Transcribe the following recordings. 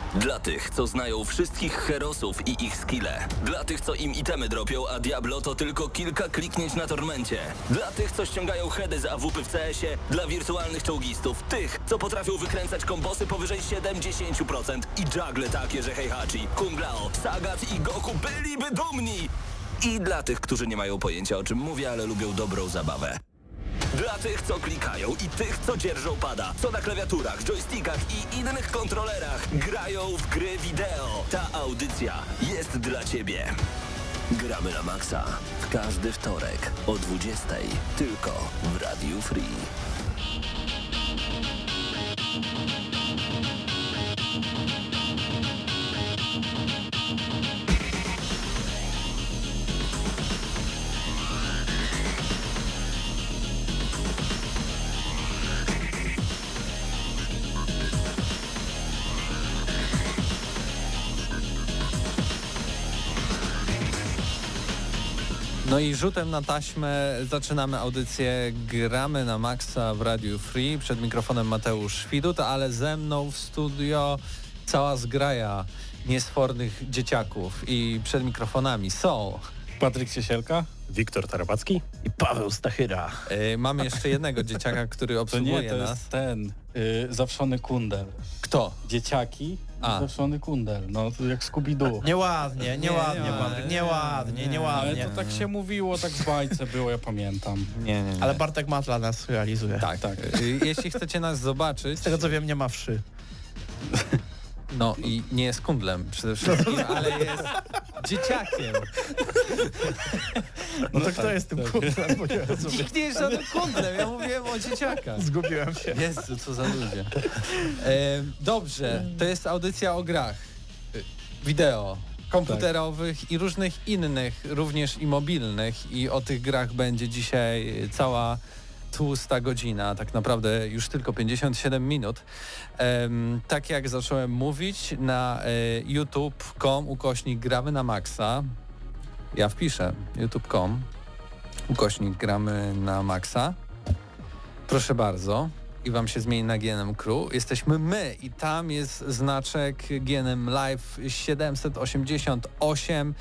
Dla tych, co znają wszystkich herosów i ich skille. Dla tych, co im itemy dropią, a Diablo to tylko kilka kliknięć na tormencie. Dla tych, co ściągają heady z AWP w CS-ie. Dla wirtualnych czołgistów. Tych, co potrafią wykręcać kombosy powyżej 70% i juggle takie, że Heihachi, Kung Lao, Sagat i Goku byliby dumni. I dla tych, którzy nie mają pojęcia, o czym mówię, ale lubią dobrą zabawę. Dla tych, co klikają i tych, co dzierżą pada, co na klawiaturach, joystickach i innych kontrolerach grają w gry wideo. Ta audycja jest dla Ciebie. Gramy na maksa w każdy wtorek o 20:00 tylko w Radiu Free. No i rzutem na taśmę zaczynamy audycję Gramy na Maxa w Radiu Free. Przed mikrofonem Mateusz Widut, ale ze mną w studio cała zgraja niesfornych dzieciaków. I przed mikrofonami są Patryk Ciesielka, Wiktor Tarabacki i Paweł Stachyra. Mamy jeszcze jednego dzieciaka, który obsługuje to nas. Jest ten zawszony kundel. Kto? Dzieciaki, zawszony kundel. No to jak Scooby-Doo. Nieładnie. Ale to tak się mówiło, tak w bajce było, ja pamiętam. Nie. Ale Bartek Matla nas realizuje. Tak. Jeśli chcecie nas zobaczyć... Z tego co wiem, nie ma wszy. No i nie jest kundlem przede wszystkim, ale jest dzieciakiem. No to kto jest tym kundlem? Bo nie rozumiem. Nikt nie jest żadnym kundlem, ja mówiłem o dzieciakach. Zgubiłem się. Jezu, co za ludzie. Dobrze, to jest audycja o grach. Wideo, komputerowych i różnych innych, również i mobilnych. I o tych grach będzie dzisiaj cała tłusta godzina, tak naprawdę już tylko 57 minut. Tak jak zacząłem mówić, na youtube.com/gramy na maxa. Ja wpiszę youtube.com/gramy na maxa. Proszę bardzo. I wam się zmieni na GNM Crew. Jesteśmy my i tam jest znaczek GNM Live 788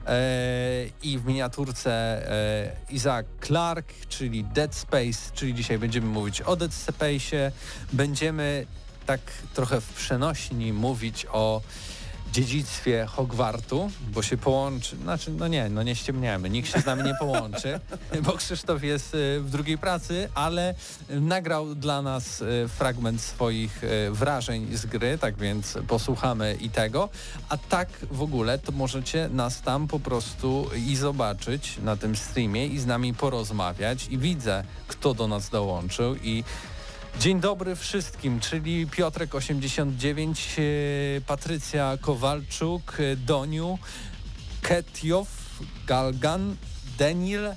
i w miniaturce Isaac Clarke, czyli Dead Space, czyli dzisiaj będziemy mówić o Dead Space'ie. Będziemy tak trochę w przenośni mówić o dziedzictwie Hogwartu, bo się połączy, nie ściemniamy, nikt się z nami nie połączy, bo Krzysztof jest w drugiej pracy, ale nagrał dla nas fragment swoich wrażeń z gry, tak więc posłuchamy i tego, a tak w ogóle to możecie nas tam po prostu i zobaczyć na tym streamie i z nami porozmawiać i widzę, kto do nas dołączył i dzień dobry wszystkim, czyli Piotrek 89, Patrycja Kowalczuk, Doniu, Ketjow, Galgan, Daniel,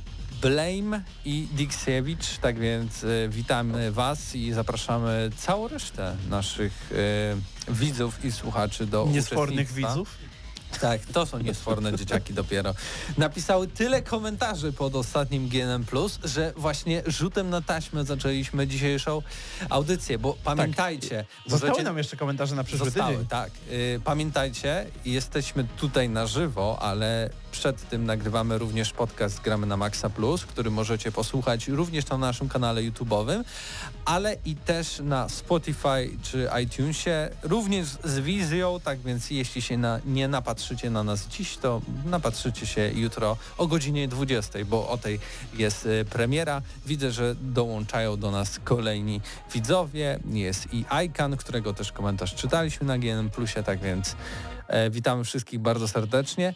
Blame i Diksiewicz. Tak więc witamy Was i zapraszamy całą resztę naszych widzów i słuchaczy do niesfornych widzów. Tak, to są niesforne dzieciaki dopiero. Napisały tyle komentarzy pod ostatnim GNM+, że właśnie rzutem na taśmę zaczęliśmy dzisiejszą audycję, bo pamiętajcie... Zostały nam jeszcze komentarze na przyszły tydzień. Tak. Pamiętajcie, jesteśmy tutaj na żywo, ale przed tym nagrywamy również podcast Gramy na Maxa Plus, który możecie posłuchać również na naszym kanale YouTube'owym, ale i też na Spotify czy iTunesie, również z wizją, tak więc jeśli się nie napatrzycie na nas dziś, to napatrzycie się jutro o godzinie 20, bo o tej jest premiera. Widzę, że dołączają do nas kolejni widzowie. Jest i Ican, którego też komentarz czytaliśmy na GNM Plusie, tak więc witamy wszystkich bardzo serdecznie.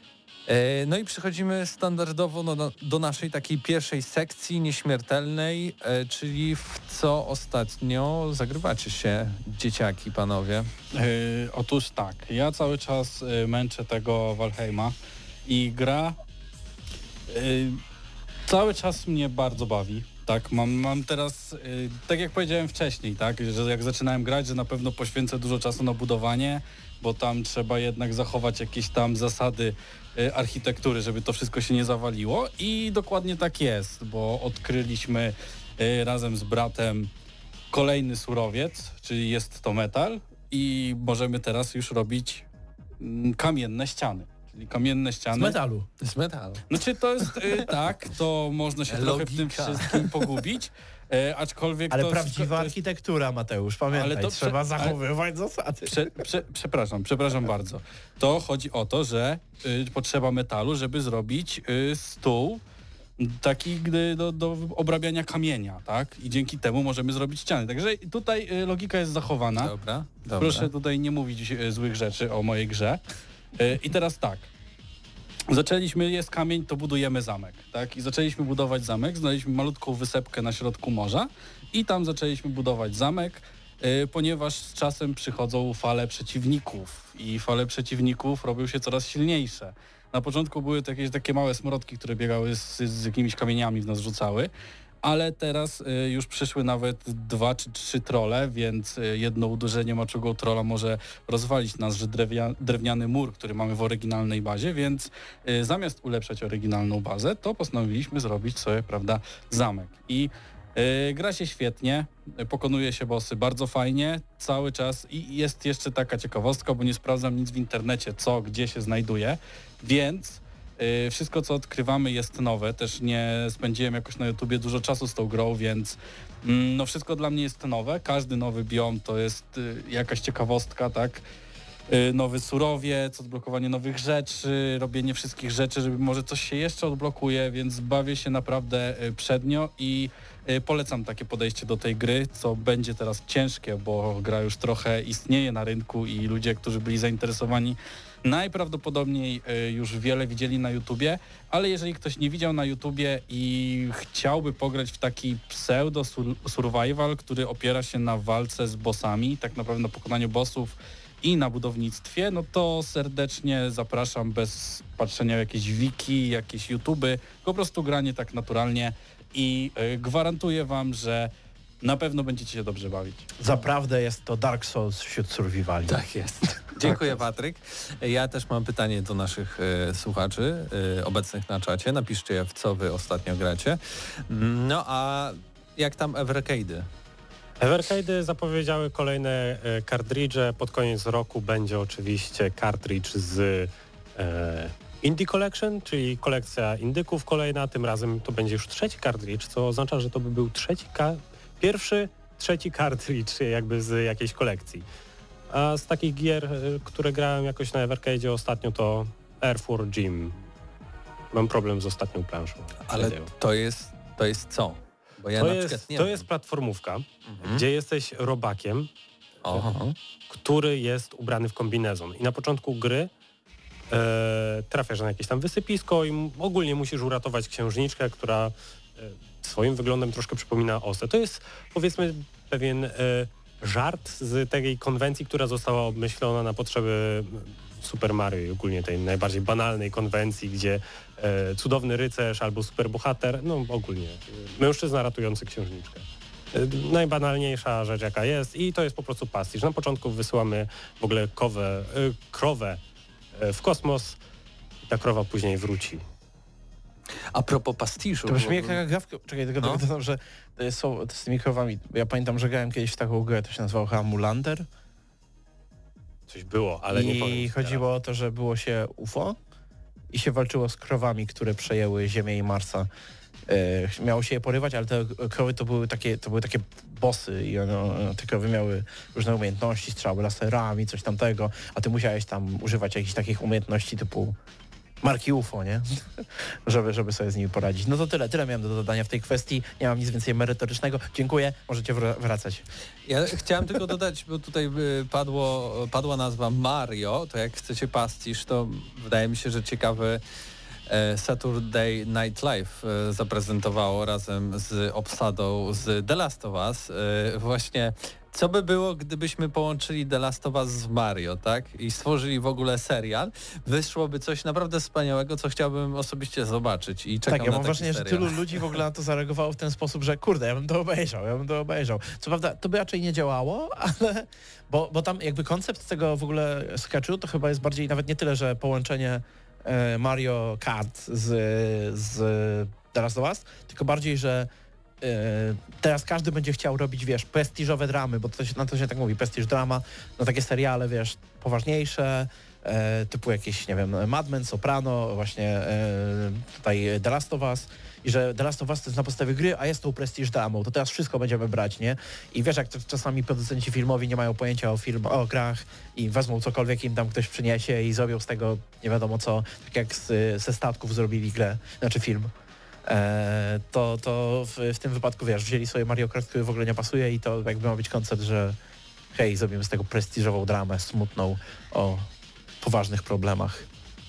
No i przechodzimy standardowo do naszej takiej pierwszej sekcji nieśmiertelnej, czyli w co ostatnio zagrywacie się, dzieciaki, panowie? Otóż tak, ja cały czas męczę tego Valheima i gra cały czas mnie bardzo bawi. Tak, mam teraz, tak jak powiedziałem wcześniej, tak, że jak zaczynałem grać, że na pewno poświęcę dużo czasu na budowanie, bo tam trzeba jednak zachować jakieś tam zasady architektury, żeby to wszystko się nie zawaliło i dokładnie tak jest, bo odkryliśmy razem z bratem kolejny surowiec, czyli jest to metal i możemy teraz już robić kamienne ściany. Czyli kamienne ściany. Z metalu. Z metalu. Znaczy to jest tak, to można się trochę w tym Logika. wszystkim pogubić, aczkolwiek Ale to prawdziwa to jest, architektura, Mateusz, pamiętaj, Ale to trzeba prze- zachowywać zasady. Przepraszam bardzo. To chodzi o to, że potrzeba metalu, żeby zrobić stół taki do obrabiania kamienia, tak? I dzięki temu możemy zrobić ściany. Także tutaj logika jest zachowana. Dobra. Proszę tutaj nie mówić złych rzeczy o mojej grze. I teraz tak. Zaczęliśmy, jest kamień, to budujemy zamek, tak? I zaczęliśmy budować zamek, znaleźliśmy malutką wysepkę na środku morza i tam zaczęliśmy budować zamek, ponieważ z czasem przychodzą fale przeciwników i fale przeciwników robią się coraz silniejsze. Na początku były to jakieś takie małe smrodki, które biegały z jakimiś kamieniami w nas rzucały, ale teraz już przyszły nawet 2 czy 3 trolle, więc jedno uderzenie maczugą trolla może rozwalić nasz drewniany mur, który mamy w oryginalnej bazie, więc zamiast ulepszać oryginalną bazę, to postanowiliśmy zrobić sobie, prawda, zamek. I gra się świetnie, pokonuje się bossy bardzo fajnie, cały czas i jest jeszcze taka ciekawostka, bo nie sprawdzam nic w internecie, co, gdzie się znajduje, więc wszystko, co odkrywamy, jest nowe. Też nie spędziłem jakoś na YouTubie dużo czasu z tą grą, więc no wszystko dla mnie jest nowe. Każdy nowy biom to jest jakaś ciekawostka, tak? Nowy surowiec, odblokowanie nowych rzeczy, robienie wszystkich rzeczy, żeby może coś się jeszcze odblokuje, więc bawię się naprawdę przednio i polecam takie podejście do tej gry, co będzie teraz ciężkie, bo gra już trochę istnieje na rynku i ludzie, którzy byli zainteresowani, najprawdopodobniej już wiele widzieli na YouTubie, ale jeżeli ktoś nie widział na YouTubie i chciałby pograć w taki pseudo-survival, który opiera się na walce z bossami, tak naprawdę na pokonaniu bossów i na budownictwie, no to serdecznie zapraszam bez patrzenia w jakieś wiki, jakieś YouTuby, po prostu granie tak naturalnie i gwarantuję wam, że na pewno będziecie się dobrze bawić. Zaprawdę jest to Dark Souls wśród survivali. Tak jest. Dziękuję, Patryk. Ja też mam pytanie do naszych słuchaczy obecnych na czacie. Napiszcie, w co wy ostatnio gracie. No a jak tam Evercade'y? Evercade'y zapowiedziały kolejne kartridże. Pod koniec roku będzie oczywiście kartridż z Indie Collection, czyli kolekcja indyków kolejna. Tym razem to będzie już 3. kartridż, co oznacza, że to by był trzeci kartridż jakby z jakiejś kolekcji. A z takich gier, które grałem jakoś na Evercade'zie ostatnio, to Air 4 Gym. Mam problem z ostatnią planszą. Ale to jest co? Bo ja to, na przykład nie wiem. jest platformówka, gdzie jesteś robakiem, Oho. który jest ubrany w kombinezon. I na początku gry trafiasz na jakieś tam wysypisko i ogólnie musisz uratować księżniczkę, która swoim wyglądem troszkę przypomina Osę. To jest, powiedzmy, pewien żart z tej konwencji, która została obmyślona na potrzeby Super Mario i ogólnie tej najbardziej banalnej konwencji, gdzie cudowny rycerz albo superbohater, no ogólnie mężczyzna ratujący księżniczkę. Najbanalniejsza rzecz jaka jest i to jest po prostu pastisz. Na początku wysyłamy w ogóle krowę w kosmos i ta krowa później wróci. A propos pastiszu. To brzmi jak taka gra, czekaj, tylko dodam, że to z tymi krowami. Ja pamiętam, że grałem kiedyś w taką grę, to się nazywało chyba Mulander. Coś było, ale nie powiem. I chodziło o to, że było się UFO i się walczyło z krowami, które przejęły Ziemię i Marsa. Miało się je porywać, ale te krowy to były takie bossy i te krowy miały różne umiejętności, strzały laserami, coś tamtego, a ty musiałeś tam używać jakichś takich umiejętności typu marki UFO, nie? żeby sobie z nimi poradzić. No to tyle miałem do dodania w tej kwestii. Nie mam nic więcej merytorycznego. Dziękuję, możecie wracać. Ja chciałem tylko dodać, bo tutaj padła nazwa Mario, to jak chcecie pastisz, to wydaje mi się, że ciekawy Saturday Night Live zaprezentowało razem z obsadą z The Last of Us właśnie co by było, gdybyśmy połączyli The Last of Us z Mario, tak? I stworzyli w ogóle serial. Wyszłoby coś naprawdę wspaniałego, co chciałbym osobiście zobaczyć i czekam tak, ja na mam taki wrażenie, serial. że tylu ludzi w ogóle na to zareagowało w ten sposób, że kurde, ja bym to obejrzał. Co prawda, to by raczej nie działało, ale... Bo tam jakby koncept tego w ogóle sketchu to chyba jest bardziej nawet nie tyle, że połączenie Mario Kart z The Last of Us, tylko bardziej, że teraz każdy będzie chciał robić, wiesz, prestiżowe dramy, bo na to się tak mówi, prestiż drama, no takie seriale, wiesz, poważniejsze, typu jakieś, nie wiem, Mad Men, Soprano, właśnie tutaj The Last of Us, i że The Last of Us to jest na podstawie gry, a jest tą prestiż dramą, to teraz wszystko będziemy brać, nie? I wiesz, jak to czasami producenci filmowi nie mają pojęcia o grach i wezmą cokolwiek im tam ktoś przyniesie i zrobią z tego nie wiadomo co, tak jak ze statków zrobili grę, znaczy film. To w tym wypadku, wiesz, wzięli sobie Mario Kart, który w ogóle nie pasuje i to jakby ma być koncept, że hej, zrobimy z tego prestiżową dramę, smutną, o poważnych problemach.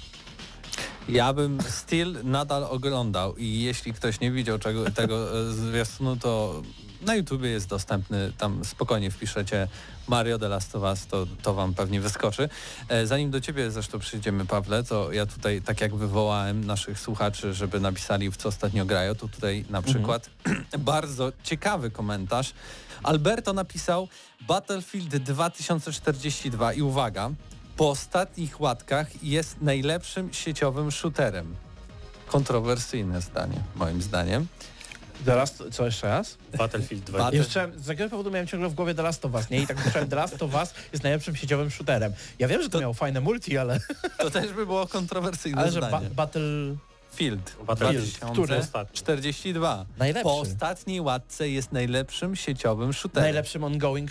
Ja bym Steel nadal oglądał i jeśli ktoś nie widział tego zwiastunu, to na YouTubie jest dostępny, tam spokojnie wpiszecie Mario The Last of Us, to wam pewnie wyskoczy. Zanim do ciebie zresztą przyjdziemy, Pawle, to ja tutaj tak jak wywołałem naszych słuchaczy, żeby napisali w co ostatnio grają, to tutaj na przykład bardzo ciekawy komentarz. Alberto napisał Battlefield 2042 i uwaga, po ostatnich łatkach jest najlepszym sieciowym shooterem. Kontrowersyjne zdanie, moim zdaniem. Co jeszcze raz? Battlefield 2. Jeszcze z jakiegoś powodu miałem ciągle w głowie The Last of Us, nie? I tak myślałem, The Last of Us jest najlepszym sieciowym shooterem. Ja wiem, że to miało fajne multi, ale... To też by było kontrowersyjne ale zdanie. że Battlefield Battlefield. 2042. Najlepszy. Po ostatniej łatce jest najlepszym sieciowym shooterem. Najlepszym ongoing,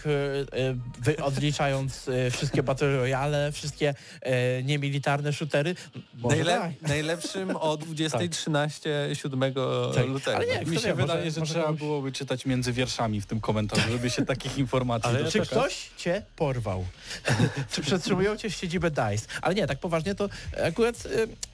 odliczając wszystkie Battle Royale, wszystkie niemilitarne shootery. Najlepszym o 20.13 7 lutego. Ale nie, Mi się wydaje, że trzeba komuś... byłoby czytać między wierszami w tym komentarzu, żeby się takich informacji Ale doszukać. Czy ktoś cię porwał? Czy przetrzymują cię w siedzibę DICE? Ale nie, tak poważnie to akurat...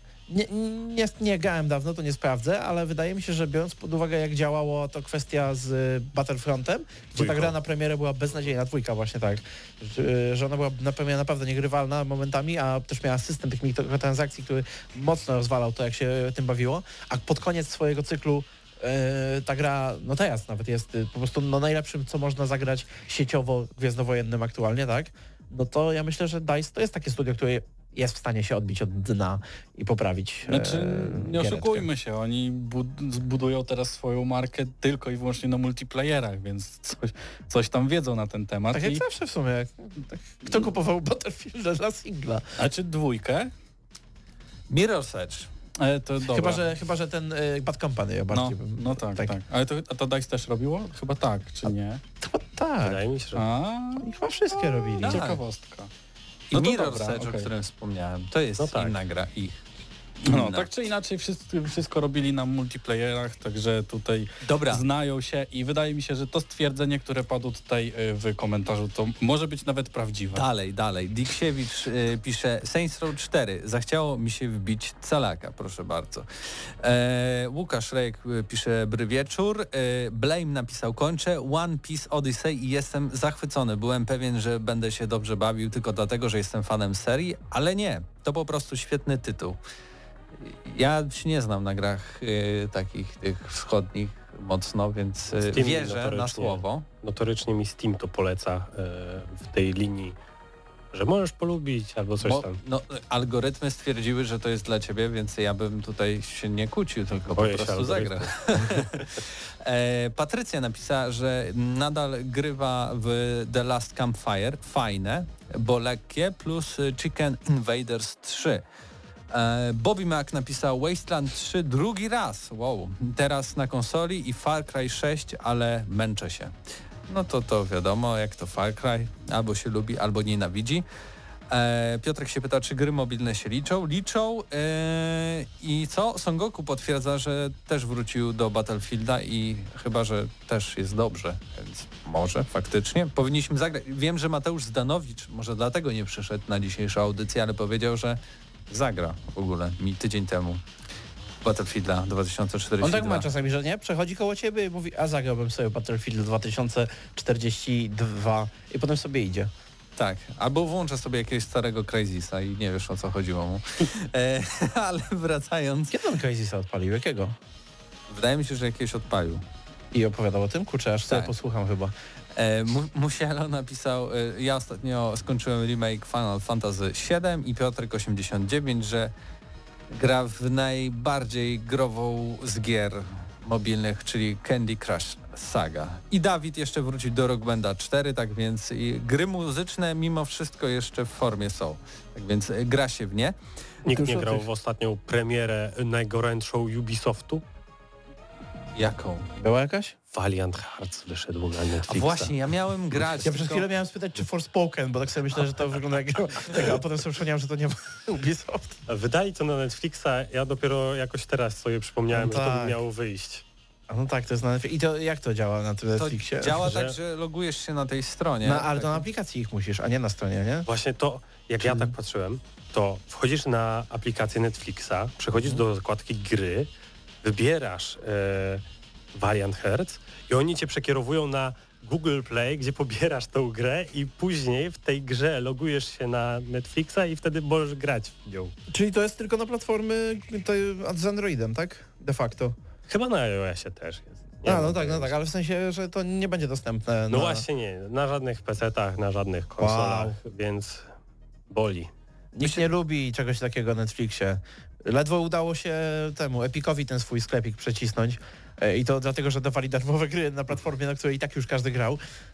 Nie grałem dawno, to nie sprawdzę, ale wydaje mi się, że biorąc pod uwagę jak działało to kwestia z Battlefrontem, gdzie ta gra na premierę była beznadziejna, dwójka właśnie tak, że ona była na premierę naprawdę niegrywalna momentami, a też miała system tych mikrotransakcji, który mocno rozwalał to, jak się tym bawiło, a pod koniec swojego cyklu ta gra, no teraz nawet jest po prostu najlepszym, co można zagrać sieciowo gwiezdnowojennym aktualnie, tak? No to ja myślę, że DICE to jest takie studio, które jest w stanie się odbić od dna i poprawić. Znaczy, nie giereczkę. oszukujmy się, oni zbudują teraz swoją markę tylko i wyłącznie na multiplayerach, więc coś tam wiedzą na ten temat. Tak jak zawsze w sumie. Kto kupował Battlefield dla singla? A czy dwójkę? Mirror's Edge. To dobra. Chyba, że ten Bad Company bardziej bym... No tak. Ale to DICE też robiło? Chyba tak, czy nie? Tak. Wydaje mi się, że... Oni chyba wszystkie robili. tak. Ciekawostka. I No to Mirror's dobra, Edge, o okej. którym wspomniałem, to jest inna gra ich. No, tak czy inaczej wszystko robili na multiplayerach, także tutaj Dobra. znają się i wydaje mi się, że to stwierdzenie, które padło tutaj w komentarzu, to może być nawet prawdziwe. Dalej. Diksiewicz pisze Saints Row 4. Zachciało mi się wbić calaka, proszę bardzo. Łukasz Rejek pisze Bry wieczór. Blame napisał kończę One Piece Odyssey i jestem zachwycony. Byłem pewien, że będę się dobrze bawił tylko dlatego, że jestem fanem serii, ale nie. To po prostu świetny tytuł. Ja się nie znam na grach takich tych wschodnich mocno, więc wierzę na słowo. Notorycznie mi Steam to poleca w tej linii, że możesz polubić albo coś tam. No, algorytmy stwierdziły, że to jest dla ciebie, więc ja bym tutaj się nie kłócił, tylko Boję po się prostu algorytmu. zagrał. Patrycja napisała, że nadal grywa w The Last Campfire. Fajne, bo lekkie, plus Chicken Invaders 3. Bobby Mac napisał Wasteland 3 drugi raz. Wow. Teraz na konsoli i Far Cry 6, ale męczę się. No to wiadomo, jak to Far Cry. Albo się lubi, albo nienawidzi. Piotrek się pyta, czy gry mobilne się liczą? Liczą. I co? Son Goku potwierdza, że też wrócił do Battlefielda i chyba, że też jest dobrze. Więc może faktycznie powinniśmy zagrać. Wiem, że Mateusz Zdanowicz może dlatego nie przyszedł na dzisiejszą audycję, ale powiedział, że zagra w ogóle mi tydzień temu Battlefielda 2042. On tak ma czasami, że nie? Przechodzi koło ciebie i mówi, a zagrałbym sobie Battlefield 2042 i potem sobie idzie. Tak, albo włącza sobie jakiegoś starego Crazysa i nie wiesz, o co chodziło mu. Ale wracając... Kiedy on Crazysa odpalił? Jakiego? Wydaje mi się, że jakiegoś odpalił. I opowiadał o tym? Kurczę, aż sobie Tak. posłucham chyba. Musielo napisał, ja ostatnio skończyłem remake Final Fantasy VII i Piotrek 89, że gra w najbardziej grową z gier mobilnych, czyli Candy Crush Saga. I Dawid jeszcze wrócił do Rock Banda 4, tak więc gry muzyczne mimo wszystko jeszcze w formie są. Tak więc gra się w nie. Nikt nie grał w ostatnią premierę najgorętszą Ubisoftu? Jaką? Była jakaś? Valiant Hearts wyszedł na A Netflixa. właśnie, ja miałem grać. Ja przez tylko- chwilę miałem spytać, czy Forspoken, bo tak sobie myślę, że to wygląda jak tego, a potem sobie przypomniałem, że to nie ma Ubisoft. Wydali to na Netflixa, ja dopiero jakoś teraz sobie przypomniałem, No że to by tak. miało wyjść. A no tak, to jest na Netflixie. I to jak to działa na tym To Netflixie? działa Że- tak, że logujesz się na tej stronie. No, ale to tak. na aplikacji ich musisz, a nie na stronie, nie? Właśnie to, jak ja tak patrzyłem, to wchodzisz na aplikację Netflixa, przechodzisz do zakładki gry, wybierasz Valiant Hearts i oni cię przekierowują na Google Play, gdzie pobierasz tą grę i później w tej grze logujesz się na Netflixa i wtedy możesz grać w nią. Czyli to jest tylko na platformy z Androidem, tak? De facto. Chyba na iOSie też jest. Nie A, wiem, no tak, ale w sensie, że to nie będzie dostępne No na... właśnie nie, na żadnych PC-tach, na żadnych konsolach, więc boli. Nikt nie lubi czegoś takiego na Netflixie. Ledwo udało się temu Epicowi ten swój sklepik przecisnąć i to dlatego, że dawali darmowe gry na platformie, na której i tak już każdy grał.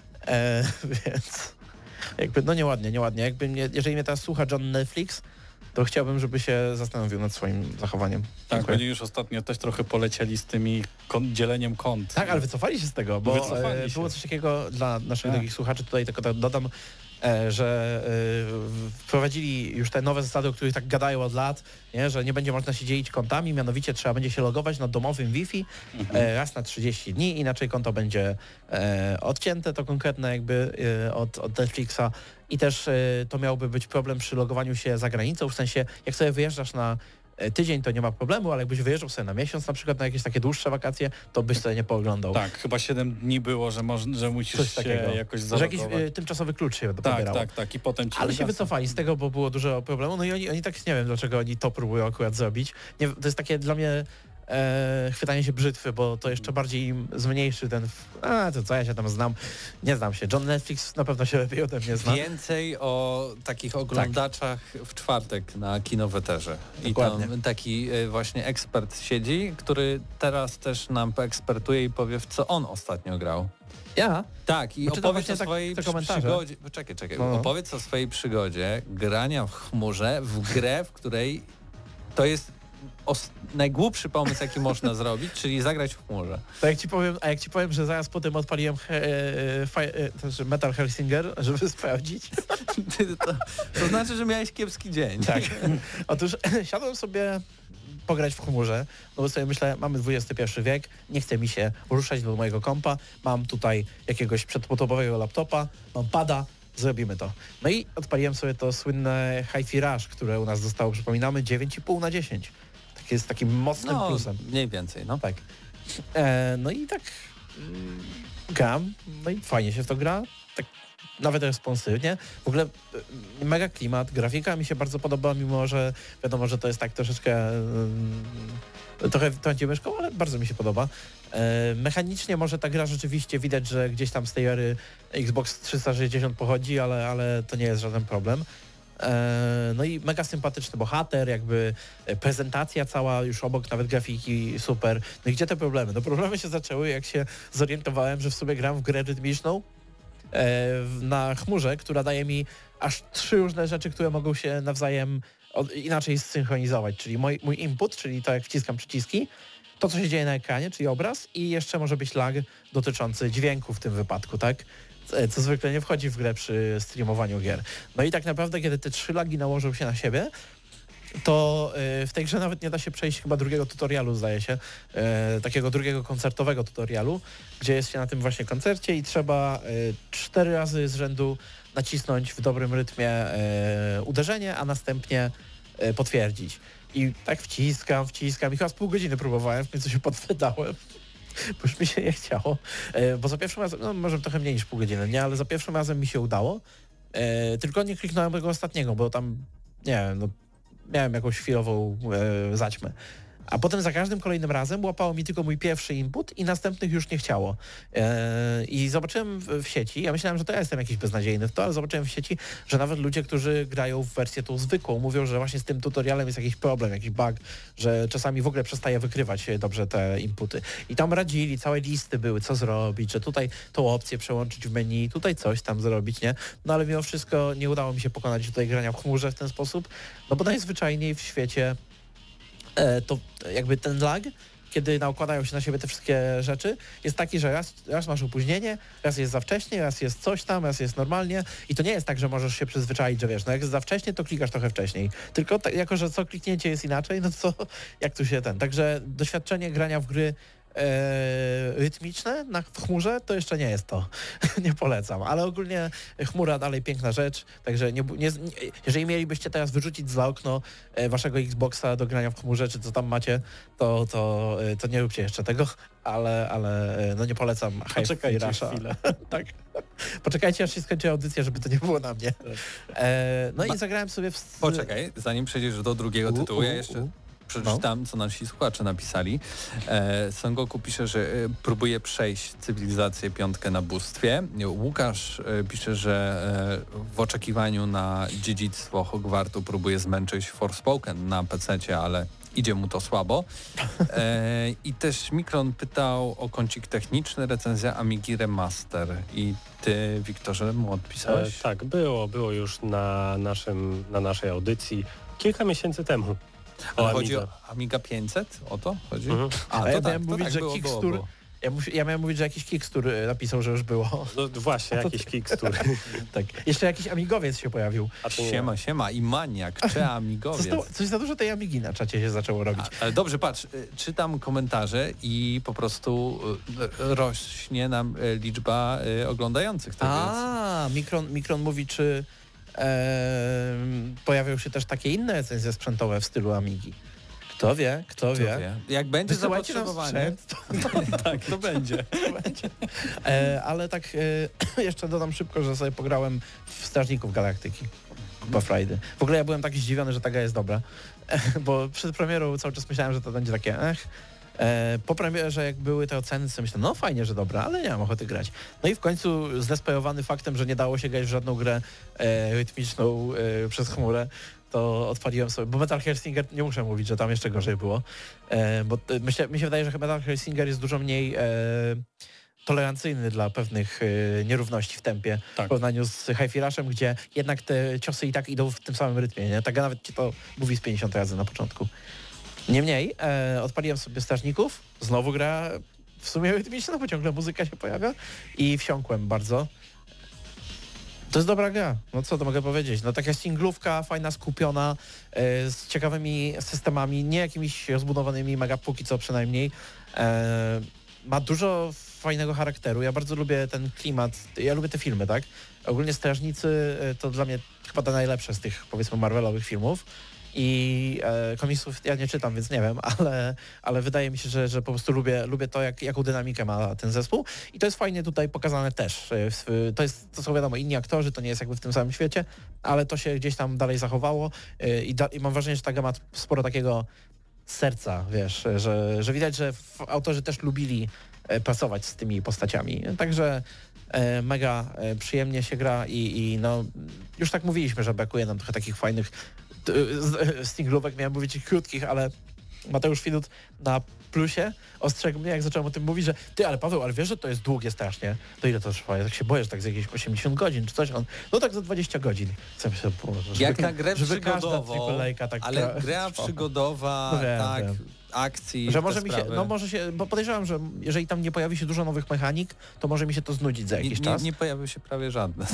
Więc jakby no nieładnie. Jeżeli mnie teraz słucha John Netflix, to chciałbym, żeby się zastanowił nad swoim zachowaniem. Tak, Dziękuję. oni już ostatnio też trochę polecieli z tymi dzieleniem kont. Tak, ale wycofali się z tego, bo Wycofali się. było coś takiego dla naszych Tak. drogich słuchaczy, tutaj tylko tak dodam, że wprowadzili już te nowe zasady, o których tak gadają od lat, nie? Że nie będzie można się dzielić kontami, mianowicie trzeba będzie się logować na domowym Wi-Fi raz na 30 dni, inaczej konto będzie odcięte, to konkretne jakby od Netflixa i też to miałby być problem przy logowaniu się za granicą, w sensie jak sobie wyjeżdżasz na tydzień, to nie ma problemu, ale jakbyś wyjeżdżał sobie na miesiąc, na przykład na jakieś takie dłuższe wakacje, to byś sobie nie pooglądał. Tak, chyba 7 dni było, że musisz Coś się takiego. jakoś Że jakiś zalogować. tymczasowy klucz się Tak, pobierało. tak, i potem ci Ale się wygasa. wycofali z tego, bo było dużo problemu. No i oni tak nie wiem, dlaczego oni to próbują akurat zrobić. Nie, to jest takie dla mnie chwytanie się brzytwy, bo to jeszcze bardziej im zmniejszy ten... to co ja się tam znam? Nie znam się. John Netflix na pewno się lepiej ode mnie zna. Więcej o takich oglądaczach w czwartek na Kinoweterze. I Dokładnie. tam taki właśnie ekspert siedzi, który teraz też nam poekspertuje i powie, w co on ostatnio grał. Ja? Tak, i Bo czytam opowiedz właśnie o swojej te komentarze. przygodzie. Czekaj. No. Opowiedz o swojej przygodzie grania w chmurze w grę, w której to jest najgłupszy pomysł, jaki można zrobić, czyli zagrać w chmurze. To jak ci powiem, że zaraz potem odpaliłem Metal Hellsinger, żeby sprawdzić. To znaczy, że miałeś kiepski dzień. Tak. Otóż siadłem sobie pograć w chmurze, no bo sobie myślę, mamy XXI wiek, nie chce mi się ruszać do mojego kompa, mam tutaj jakiegoś przedpotopowego laptopa, mam pada, zrobimy to. No i odpaliłem sobie to słynne Hi-Fi Rush, które u nas zostało, przypominamy, 9,5 na 10. Tak jest takim mocnym plusem. Mniej więcej, no. Tak. No i tak gram, no i fajnie się w to gra, tak nawet responsywnie. W ogóle mega klimat, grafika mi się bardzo podoba, mimo że wiadomo, że to jest tak troszeczkę trochę ciężko, ale bardzo mi się podoba. Mechanicznie może ta gra rzeczywiście widać, że gdzieś tam z tej ery Xbox 360 pochodzi, ale to nie jest żaden problem. No i mega sympatyczny bohater, jakby prezentacja cała już obok nawet grafiki super. No i gdzie te problemy? No problemy się zaczęły, jak się zorientowałem, że w sumie gram w grę rytmiczną na chmurze, która daje mi aż 3 różne rzeczy, które mogą się nawzajem inaczej zsynchronizować, czyli mój input, czyli to jak wciskam przyciski, to co się dzieje na ekranie, czyli obraz i jeszcze może być lag dotyczący dźwięku w tym wypadku, tak? Co zwykle nie wchodzi w grę przy streamowaniu gier. No i tak naprawdę, kiedy te 3 lagi nałożą się na siebie, to w tej grze nawet nie da się przejść chyba drugiego tutorialu, zdaje się, takiego drugiego koncertowego tutorialu, gdzie jest się na tym właśnie koncercie i trzeba 4 razy z rzędu nacisnąć w dobrym rytmie uderzenie, a następnie potwierdzić. I tak wciskam i chyba z pół godziny próbowałem, w końcu się podwydałem, bo już mi się nie chciało, bo za pierwszym razem, no może trochę mniej niż pół godziny, nie, ale za pierwszym razem mi się udało, tylko nie kliknąłem tego ostatniego, bo tam, nie wiem, no, miałem jakąś chwilową zaćmę. A potem za każdym kolejnym razem łapało mi tylko mój pierwszy input i następnych już nie chciało. I zobaczyłem w sieci, ja myślałem, że to ja jestem jakiś beznadziejny w to, ale zobaczyłem w sieci, że nawet ludzie, którzy grają w wersję tą zwykłą, mówią, że właśnie z tym tutorialem jest jakiś problem, jakiś bug, że czasami w ogóle przestaje wykrywać dobrze te inputy. I tam radzili, całe listy były, co zrobić, że tutaj tą opcję przełączyć w menu, tutaj coś tam zrobić, nie? No ale mimo wszystko nie udało mi się pokonać tutaj grania w chmurze w ten sposób, no bo najzwyczajniej w świecie to jakby ten lag, kiedy nakładają się na siebie te wszystkie rzeczy, jest taki, że raz masz opóźnienie, raz jest za wcześnie, raz jest coś tam, raz jest normalnie i to nie jest tak, że możesz się przyzwyczaić, że wiesz, no jak jest za wcześnie, to klikasz trochę wcześniej. Tylko jako, że co kliknięcie jest inaczej, no to jak tu się Także doświadczenie grania w gry rytmiczne w chmurze to jeszcze nie jest to. Nie polecam, ale ogólnie chmura dalej piękna rzecz, także jeżeli mielibyście teraz wyrzucić za okno waszego Xboxa do grania w chmurze, czy co tam macie, to nie róbcie jeszcze tego, ale no nie polecam. Poczekajcie chwilę. Tak. Poczekajcie, aż się skończy audycja, żeby to nie było na mnie. I zagrałem sobie w... Poczekaj, zanim przejdziesz do drugiego tytułu, ja jeszcze przeczytam, co nasi słuchacze napisali. Songoku pisze, że próbuje przejść cywilizację 5 na bóstwie. Łukasz pisze, że w oczekiwaniu na dziedzictwo Hogwartu próbuje zmęczyć Forspoken na PC-cie, ale idzie mu to słabo. I też Mikron pytał o kącik techniczny, recenzja Amigi Remaster. I ty, Wiktorze, mu odpisałeś? Tak, było już na naszej audycji kilka miesięcy temu. Ale chodzi o Amiga 500? O to chodzi? A ja miałem mówić, że Kickstur... Ja miałem mówić, że jakiś Kickstur napisał, że już było. No właśnie, jakiś Kickstur. Tak. Jeszcze jakiś amigowiec się pojawił. Siema i maniak, czy amigowiec. Coś za dużo tej amigi na czacie się zaczęło robić. Ale dobrze, patrz, czytam komentarze i po prostu rośnie nam liczba oglądających. Mikron mówi, czy pojawią się też takie inne recenzje sprzętowe w stylu Amigi. Kto wie? Jak będzie Wysyłajcie zapotrzebowanie, tak, to będzie. Ale tak jeszcze dodam szybko, że sobie pograłem w Strażników Galaktyki. Kupa frajdy. W ogóle ja byłem taki zdziwiony, że ta gra jest dobra, bo przed premierą cały czas myślałem, że to będzie takie po premierze jak były te oceny, to myślałem, no fajnie, że dobra, ale nie mam ochoty grać. No i w końcu zdesperowany faktem, że nie dało się grać w żadną grę rytmiczną przez chmurę, to odpaliłem sobie, bo Metal Hellsinger, nie muszę mówić, że tam jeszcze gorzej było, bo mi się wydaje, że Metal Hellsinger jest dużo mniej tolerancyjny dla pewnych nierówności w tempie w porównaniu z Hi-Fi Rushem, gdzie jednak te ciosy i tak idą w tym samym rytmie, nie? Tak nawet ci to mówi z 50 razy na początku. Niemniej, odpaliłem sobie Strażników, znowu gra w sumie rytmiczna, bo ciągle muzyka się pojawia i wsiąkłem bardzo. To jest dobra gra, no co to mogę powiedzieć, no taka singlówka, fajna, skupiona, z ciekawymi systemami, nie jakimiś rozbudowanymi mega póki co przynajmniej. Ma dużo fajnego charakteru, ja bardzo lubię ten klimat, ja lubię te filmy, tak? Ogólnie Strażnicy to dla mnie chyba najlepsze z tych, powiedzmy, Marvelowych filmów. I komiksów ja nie czytam, więc nie wiem, ale wydaje mi się, że po prostu lubię to, jaką dynamikę ma ten zespół. I to jest fajnie tutaj pokazane też. To są wiadomo inni aktorzy, to nie jest jakby w tym samym świecie, ale to się gdzieś tam dalej zachowało i mam wrażenie, że ta gra ma sporo takiego serca, wiesz, że widać, że autorzy też lubili pracować z tymi postaciami. Także mega przyjemnie się gra i no już tak mówiliśmy, że brakuje nam trochę takich fajnych singlówek, miałem mówić ich krótkich, ale Mateusz Widut na plusie ostrzegł mnie, jak zacząłem o tym mówić, że ale Paweł, ale wiesz, że to jest długie strasznie. To ile to trwa? Ja tak się boję, że tak za jakieś 80 godzin czy coś. No tak za 20 godzin. Jak na grę przygodową, ale gra przygodowa, no wiem, tak, wiem. akcji, że może mi się, może się, bo podejrzewam, że jeżeli tam nie pojawi się dużo nowych mechanik, to może mi się to znudzić za jakiś czas. Nie pojawił się prawie żadne.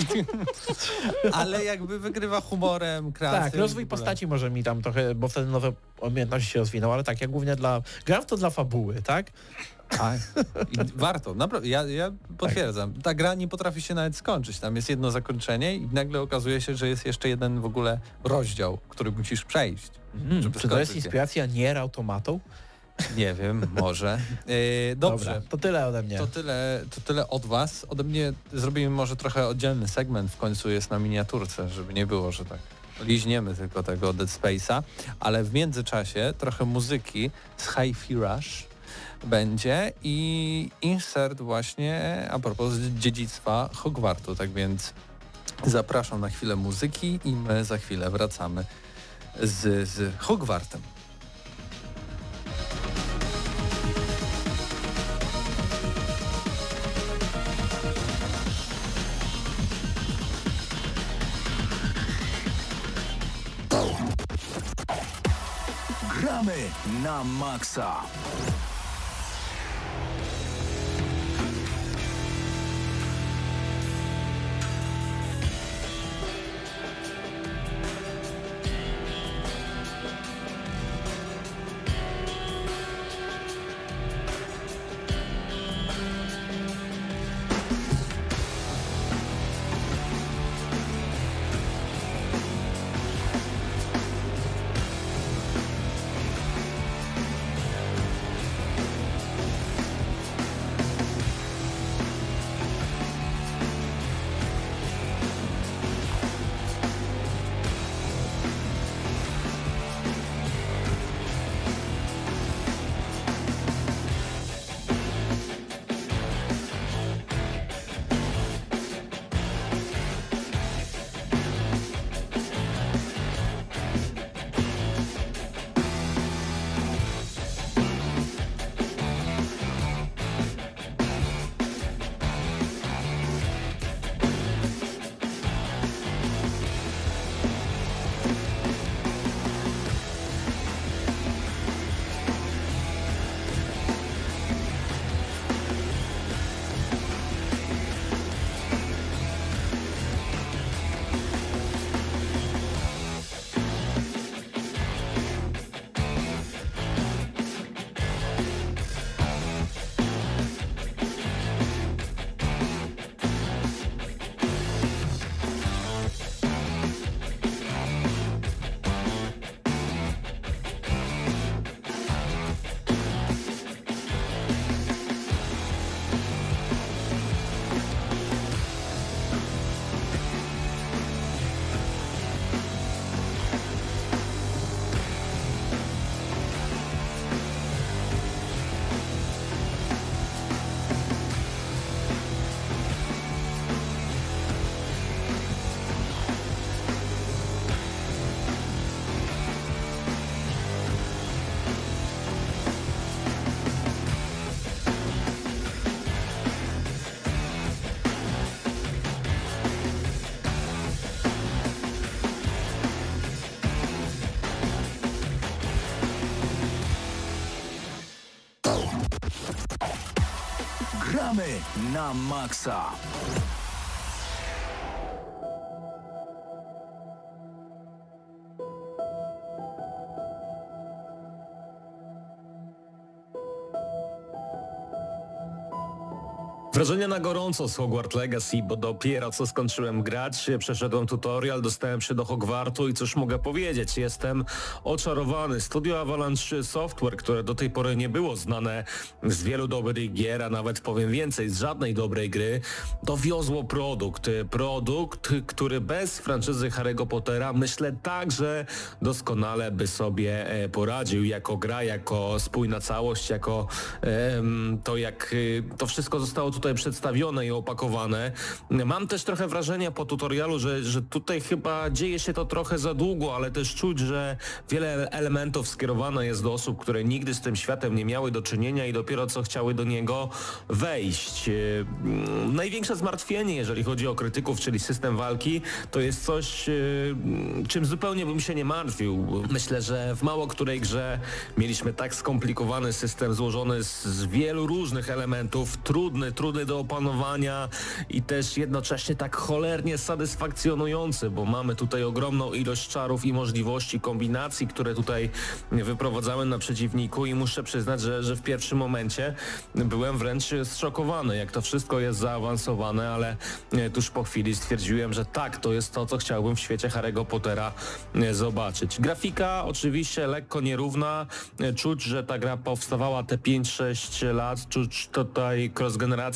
Ale jakby wygrywa humorem, kreacją. Tak, rozwój postaci może mi tam trochę, bo wtedy nowe umiejętności się rozwiną, ale tak, ja głównie gram to dla fabuły, tak? Warto, naprawdę, ja potwierdzam. Ta gra nie potrafi się nawet skończyć. Tam jest jedno zakończenie i nagle okazuje się, że jest jeszcze jeden w ogóle rozdział, który musisz przejść. Czy to jest inspiracja Nier Automatą? Nie wiem, może. Dobrze. Dobra, to tyle ode mnie. To tyle od was. Ode mnie zrobimy może trochę oddzielny segment, w końcu jest na miniaturce, żeby nie było, że tak liźniemy tylko tego Dead Space'a, ale w międzyczasie trochę muzyki z Hi-Fi Rush będzie i insert właśnie a propos dziedzictwa Hogwartu, tak więc zapraszam na chwilę muzyki i my za chwilę wracamy z Hogwartem. Gramy na maksa. Gramy na maksa. Wrażenia na gorąco z Hogwarts Legacy, bo dopiero co skończyłem grać, przeszedłem tutorial, dostałem się do Hogwartu i cóż mogę powiedzieć, jestem oczarowany. Studio Avalanche Software, które do tej pory nie było znane z wielu dobrych gier, a nawet powiem więcej, z żadnej dobrej gry, dowiozło produkt, który bez franczyzy Harry'ego Pottera myślę także doskonale by sobie poradził jako gra, jako spójna całość, jako to jak to wszystko zostało tutaj przedstawione i opakowane. Mam też trochę wrażenia po tutorialu, że tutaj chyba dzieje się to trochę za długo, ale też czuć, że wiele elementów skierowane jest do osób, które nigdy z tym światem nie miały do czynienia i dopiero co chciały do niego wejść. Największe zmartwienie, jeżeli chodzi o krytyków, czyli system walki, to jest coś, czym zupełnie bym się nie martwił. Myślę, że w mało której grze mieliśmy tak skomplikowany system złożony z wielu różnych elementów, trudny do opanowania i też jednocześnie tak cholernie satysfakcjonujący, bo mamy tutaj ogromną ilość czarów i możliwości kombinacji, które tutaj wyprowadzamy na przeciwniku i muszę przyznać, że w pierwszym momencie byłem wręcz zszokowany, jak to wszystko jest zaawansowane, ale tuż po chwili stwierdziłem, że tak, to jest to, co chciałbym w świecie Harry'ego Pottera zobaczyć. Grafika oczywiście lekko nierówna, czuć, że ta gra powstawała te 5-6 lat, czuć tutaj cross-generacja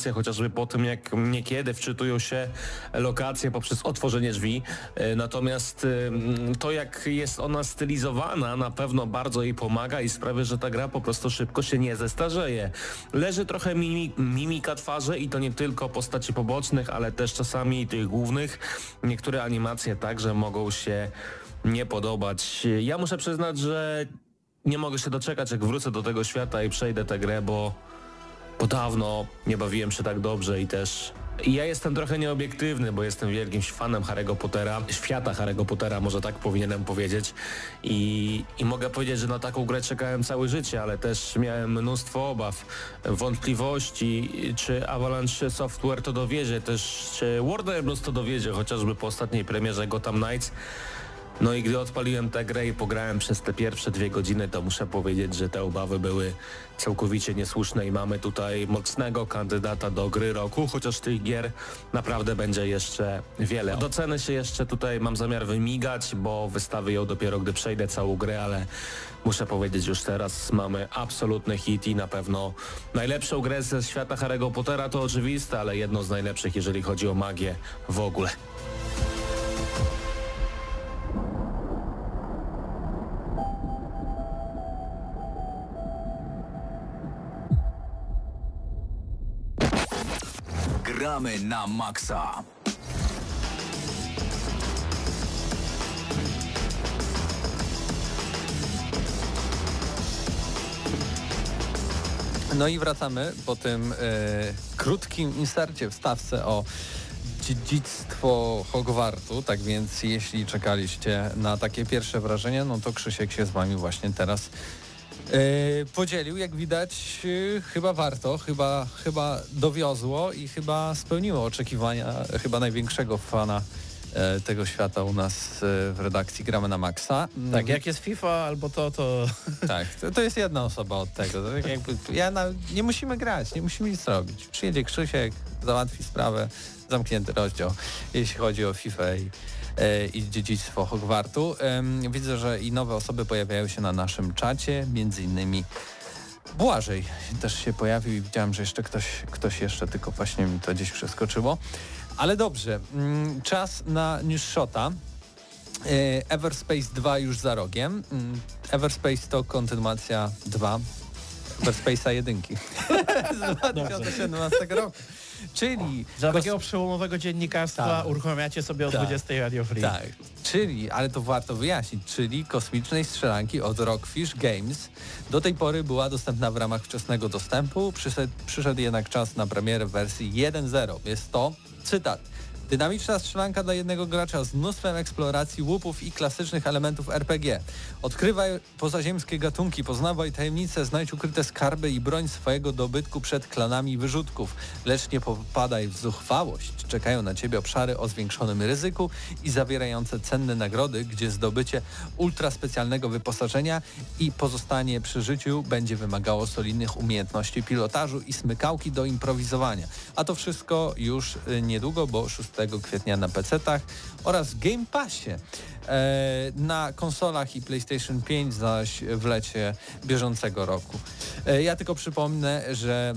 animacje, chociażby po tym, jak niekiedy wczytują się lokacje poprzez otworzenie drzwi. Natomiast to, jak jest ona stylizowana, na pewno bardzo jej pomaga i sprawia, że ta gra po prostu szybko się nie zestarzeje. Leży trochę mimika twarzy i to nie tylko postaci pobocznych, ale też czasami tych głównych. Niektóre animacje także mogą się nie podobać. Ja muszę przyznać, że nie mogę się doczekać, jak wrócę do tego świata i przejdę tę grę, bo dawno nie bawiłem się tak dobrze i też ja jestem trochę nieobiektywny, bo jestem wielkim fanem Harry'ego Pottera, świata Harry'ego Pottera, może tak powinienem powiedzieć i mogę powiedzieć, że na taką grę czekałem całe życie, ale też miałem mnóstwo obaw, wątpliwości, czy Avalanche Software to dowiezie, też czy Warner Bros. To dowiezie, chociażby po ostatniej premierze Gotham Knights. No i gdy odpaliłem tę grę i pograłem przez te pierwsze 2 godziny, to muszę powiedzieć, że te obawy były całkowicie niesłuszne i mamy tutaj mocnego kandydata do gry roku, chociaż tych gier naprawdę będzie jeszcze wiele. Do ceny się jeszcze tutaj mam zamiar wymigać, bo wystawię ją dopiero, gdy przejdę całą grę, ale muszę powiedzieć już teraz, mamy absolutny hit i na pewno najlepszą grę ze świata Harry'ego Pottera, to oczywiste, ale jedną z najlepszych, jeżeli chodzi o magię w ogóle. Gramy na maksa. No i wracamy po tym krótkim insercie w stawce o dziedzictwo Hogwartu, tak więc jeśli czekaliście na takie pierwsze wrażenia, no to Krzysiek się z wami właśnie teraz podzielił. Jak widać, chyba warto, chyba dowiozło i chyba spełniło oczekiwania chyba największego fana tego świata u nas w redakcji Gramy na Maxa. Tak, jak jest FIFA albo to... Tak, to jest jedna osoba od tego. To tak jakby, nie musimy grać, nie musimy nic robić. Przyjedzie Krzysiek, załatwi sprawę, zamknięty rozdział, jeśli chodzi o FIFA i dziedzictwo Hogwartu. Widzę, że i nowe osoby pojawiają się na naszym czacie, między innymi Błażej też się pojawił i widziałem, że jeszcze ktoś jeszcze, tylko właśnie mi to gdzieś przeskoczyło. Ale dobrze, czas na Newsshota. Everspace 2 już za rogiem. Everspace to kontynuacja 2 Everspace'a 1 z 2017 roku. Czyli... Za takiego przełomowego dziennikarstwa uruchamiacie sobie o 20 Radio Free. Tak, czyli, ale to warto wyjaśnić, czyli kosmicznej strzelanki od Rockfish Games. Do tej pory była dostępna w ramach wczesnego dostępu, przyszedł jednak czas na premierę w wersji 1.0. Jest to, cytat, dynamiczna strzelanka dla jednego gracza z mnóstwem eksploracji, łupów i klasycznych elementów RPG. Odkrywaj pozaziemskie gatunki, poznawaj tajemnice, znajdź ukryte skarby i broń swojego dobytku przed klanami wyrzutków. Lecz nie popadaj w zuchwałość. Czekają na Ciebie obszary o zwiększonym ryzyku i zawierające cenne nagrody, gdzie zdobycie ultraspecjalnego wyposażenia i pozostanie przy życiu będzie wymagało solidnych umiejętności pilotażu i smykałki do improwizowania. A to wszystko już niedługo, bo 6 kwietnia na PC-tach oraz w Game Passie. Na konsolach i PlayStation 5 zaś w lecie bieżącego roku. Ja tylko przypomnę, że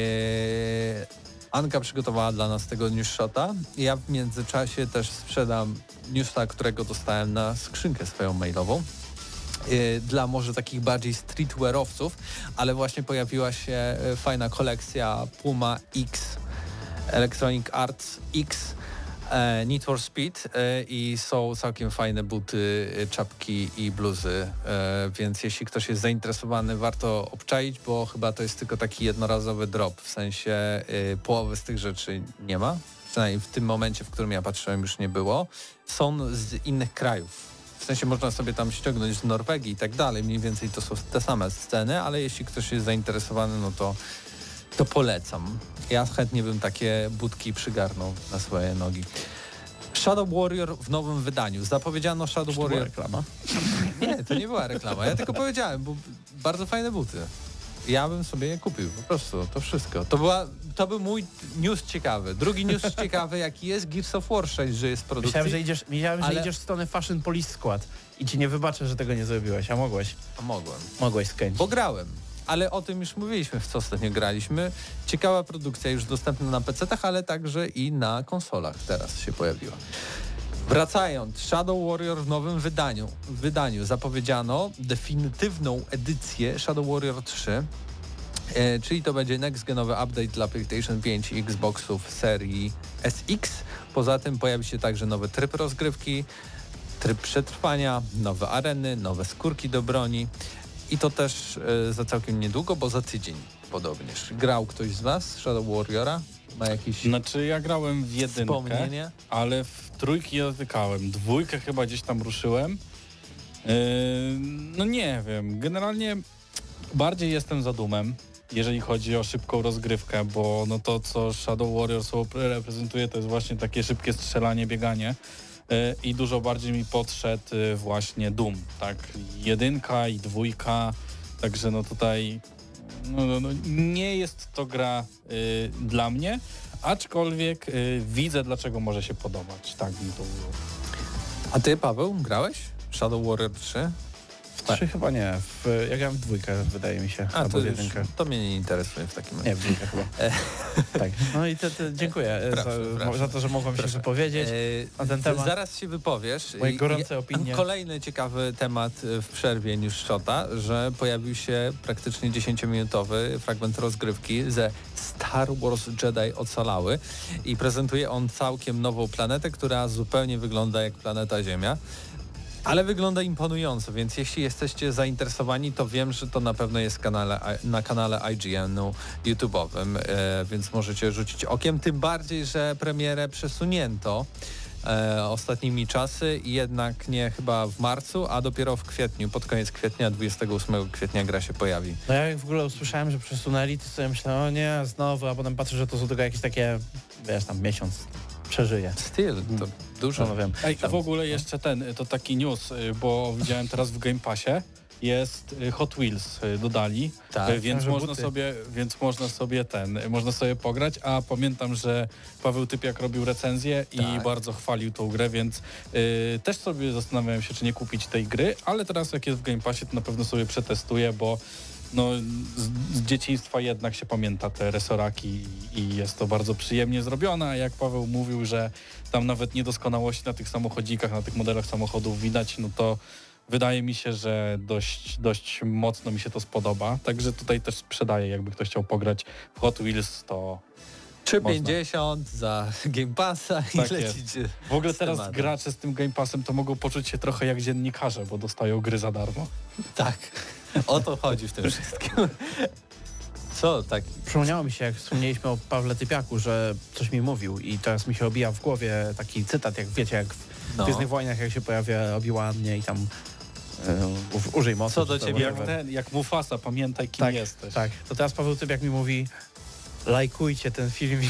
Anka przygotowała dla nas tego newsshota. Ja w międzyczasie też sprzedam newsa, którego dostałem na skrzynkę swoją mailową. Dla może takich bardziej streetwearowców, ale właśnie pojawiła się fajna kolekcja Puma X, Electronic Arts X, Need for Speed i są całkiem fajne buty, czapki i bluzy, więc jeśli ktoś jest zainteresowany, warto obczaić, bo chyba to jest tylko taki jednorazowy drop, w sensie połowy z tych rzeczy nie ma, przynajmniej w tym momencie, w którym ja patrzyłem, już nie było. Są z innych krajów, w sensie można sobie tam ściągnąć z Norwegii i tak dalej, mniej więcej to są te same sceny, ale jeśli ktoś jest zainteresowany, no to polecam. Ja chętnie bym takie budki przygarnął na swoje nogi. Shadow Warrior w nowym wydaniu. Zapowiedziano Shadow Warrior. To była reklama? Nie, to nie była reklama. Ja tylko powiedziałem, bo bardzo fajne buty. Ja bym sobie je kupił, po prostu, to wszystko. To był mój news ciekawy. Drugi news ciekawy, jaki jest Gears of War 6, że jest produkcji. Myślałem, że idziesz w stronę Fashion Police Squad i ci nie wybaczę, że tego nie zrobiłeś, a mogłeś. A mogłem. Mogłeś skręcić. Bo grałem. ale o tym już mówiliśmy, w co ostatnio graliśmy. Ciekawa produkcja, już dostępna na PC-tach, ale także i na konsolach teraz się pojawiła. Wracając, Shadow Warrior w nowym wydaniu zapowiedziano definitywną edycję Shadow Warrior 3, czyli to będzie next-genowy update dla PlayStation 5 i Xboxów serii SX. Poza tym pojawi się także nowy tryb rozgrywki, tryb przetrwania, nowe areny, nowe skórki do broni i to też za całkiem niedługo, bo za tydzień podobnież. Grał ktoś z Was Shadow Warriora? Ma jakieś Znaczy ja grałem w jedynkę, wspomnienie? ale w trójki ja dotykałem. Dwójkę chyba gdzieś tam ruszyłem. No nie wiem, generalnie bardziej jestem za Doomem, jeżeli chodzi o szybką rozgrywkę, bo no to co Shadow Warrior reprezentuje to jest właśnie takie szybkie strzelanie, bieganie i dużo bardziej mi podszedł właśnie Doom, tak, jedynka i dwójka, także no tutaj no, nie jest to gra dla mnie, aczkolwiek widzę dlaczego może się podobać, tak mi to było. A ty, Paweł, grałeś Shadow Warrior 3? W 3 chyba nie, ja grałem w 2, wydaje mi się, albo w 1. To mnie nie interesuje w takim razie. Nie, w 2 chyba. Tak. No i dziękuję za to, że mogłem się wypowiedzieć na ten temat. Zaraz się wypowiesz. Moje gorące opinie. Kolejny ciekawy temat w przerwie News Shota, że pojawił się praktycznie 10-minutowy fragment rozgrywki ze Star Wars Jedi Ocalały i prezentuje on całkiem nową planetę, która zupełnie wygląda jak planeta Ziemia. Ale wygląda imponująco, więc jeśli jesteście zainteresowani, to wiem, że to na pewno jest na kanale IGN-u YouTube'owym, więc możecie rzucić okiem, tym bardziej, że premierę przesunięto ostatnimi czasy i jednak nie chyba w marcu, a dopiero w kwietniu, pod koniec kwietnia, 28 kwietnia gra się pojawi. No ja jak w ogóle usłyszałem, że przesunęli, to sobie myślałem, o nie, znowu, a potem patrzę, że to są tylko jakieś takie, wiesz, tam miesiąc przeżyje. Styl, to dużo. No wiem. Ej, w ogóle jeszcze to taki news, bo widziałem teraz w Game Passie, jest Hot Wheels dodali, Tak, więc można sobie pograć, a pamiętam, że Paweł Typiak robił recenzję i Tak. bardzo chwalił tą grę, więc też sobie zastanawiałem się, czy nie kupić tej gry, ale teraz jak jest w Game Passie, to na pewno sobie przetestuję, bo no, z dzieciństwa jednak się pamięta te resoraki i jest to bardzo przyjemnie zrobione, a jak Paweł mówił, że tam nawet niedoskonałości na tych samochodzikach, na tych modelach samochodów widać, no to wydaje mi się, że dość mocno mi się to spodoba, także tutaj też sprzedaję, jakby ktoś chciał pograć w Hot Wheels, to 3,50 za Game Passa i Tak lecicie. w ogóle z teraz tematem. gracze z tym Game Passem to mogą poczuć się trochę jak dziennikarze, bo dostają gry za darmo. Tak, o to chodzi w tym wszystkim. Co tak? Przypomniało mi się, jak wspomnieliśmy o Pawle Typiaku, że coś mi mówił i teraz mi się obija w głowie taki cytat, jak wiecie, jak w No. Gwiezdnych Wojnach, jak się pojawia Obi-Wan i tam użyj mocy. Co do czy ciebie, whatever. Jak Mufasa, pamiętaj kim Tak, jesteś. Tak, to teraz Paweł Typiak mi mówi, lajkujcie ten filmik,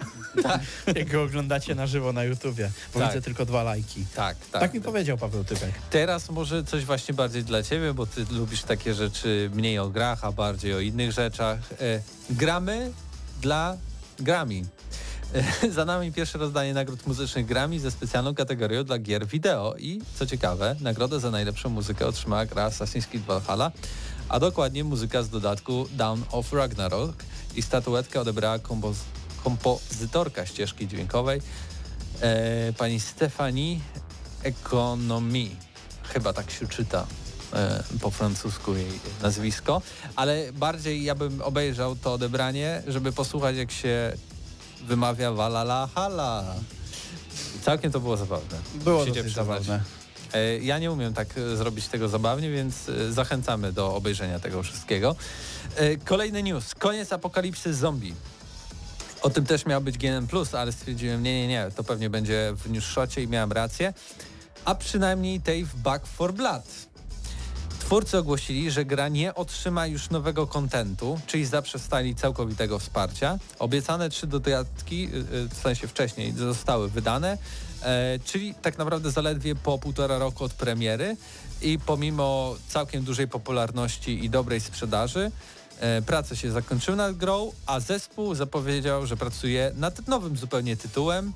jak go oglądacie na żywo na YouTubie, bo Tak. widzę tylko 2 lajki. Tak, tak. Tak mi powiedział Paweł Typiak. Teraz może coś właśnie bardziej dla ciebie, bo ty lubisz takie rzeczy mniej o grach, a bardziej o innych rzeczach. Gramy dla Grammy. Za nami pierwsze rozdanie nagród muzycznych Grammy ze specjalną kategorią dla gier wideo i co ciekawe, nagrodę za najlepszą muzykę otrzymała gra Assassin's Creed Valhalla, a dokładnie muzyka z dodatku Dawn of Ragnarok i statuetkę odebrała kompozytorka ścieżki dźwiękowej pani Stephanie Economy. Chyba tak się czyta po francusku jej nazwisko, ale bardziej ja bym obejrzał to odebranie, żeby posłuchać jak się wymawia Valhalla. Całkiem to było zabawne. Było Musicie dosyć przyznać. zabawne. Ja nie umiem tak zrobić tego zabawnie, więc zachęcamy do obejrzenia tego wszystkiego. Kolejny news. Koniec apokalipsy zombie. O tym też miał być GNM+, ale stwierdziłem, nie, to pewnie będzie w news shocie i miałem rację. A przynajmniej tej w Back 4 Blood. Twórcy ogłosili, że gra nie otrzyma już nowego kontentu, czyli zaprzestali całkowitego wsparcia. Obiecane 3 dodatki, w sensie wcześniej, zostały wydane, czyli tak naprawdę zaledwie po 1,5 roku od premiery i pomimo całkiem dużej popularności i dobrej sprzedaży, prace się zakończyły nad grą, a zespół zapowiedział, że pracuje nad nowym zupełnie tytułem.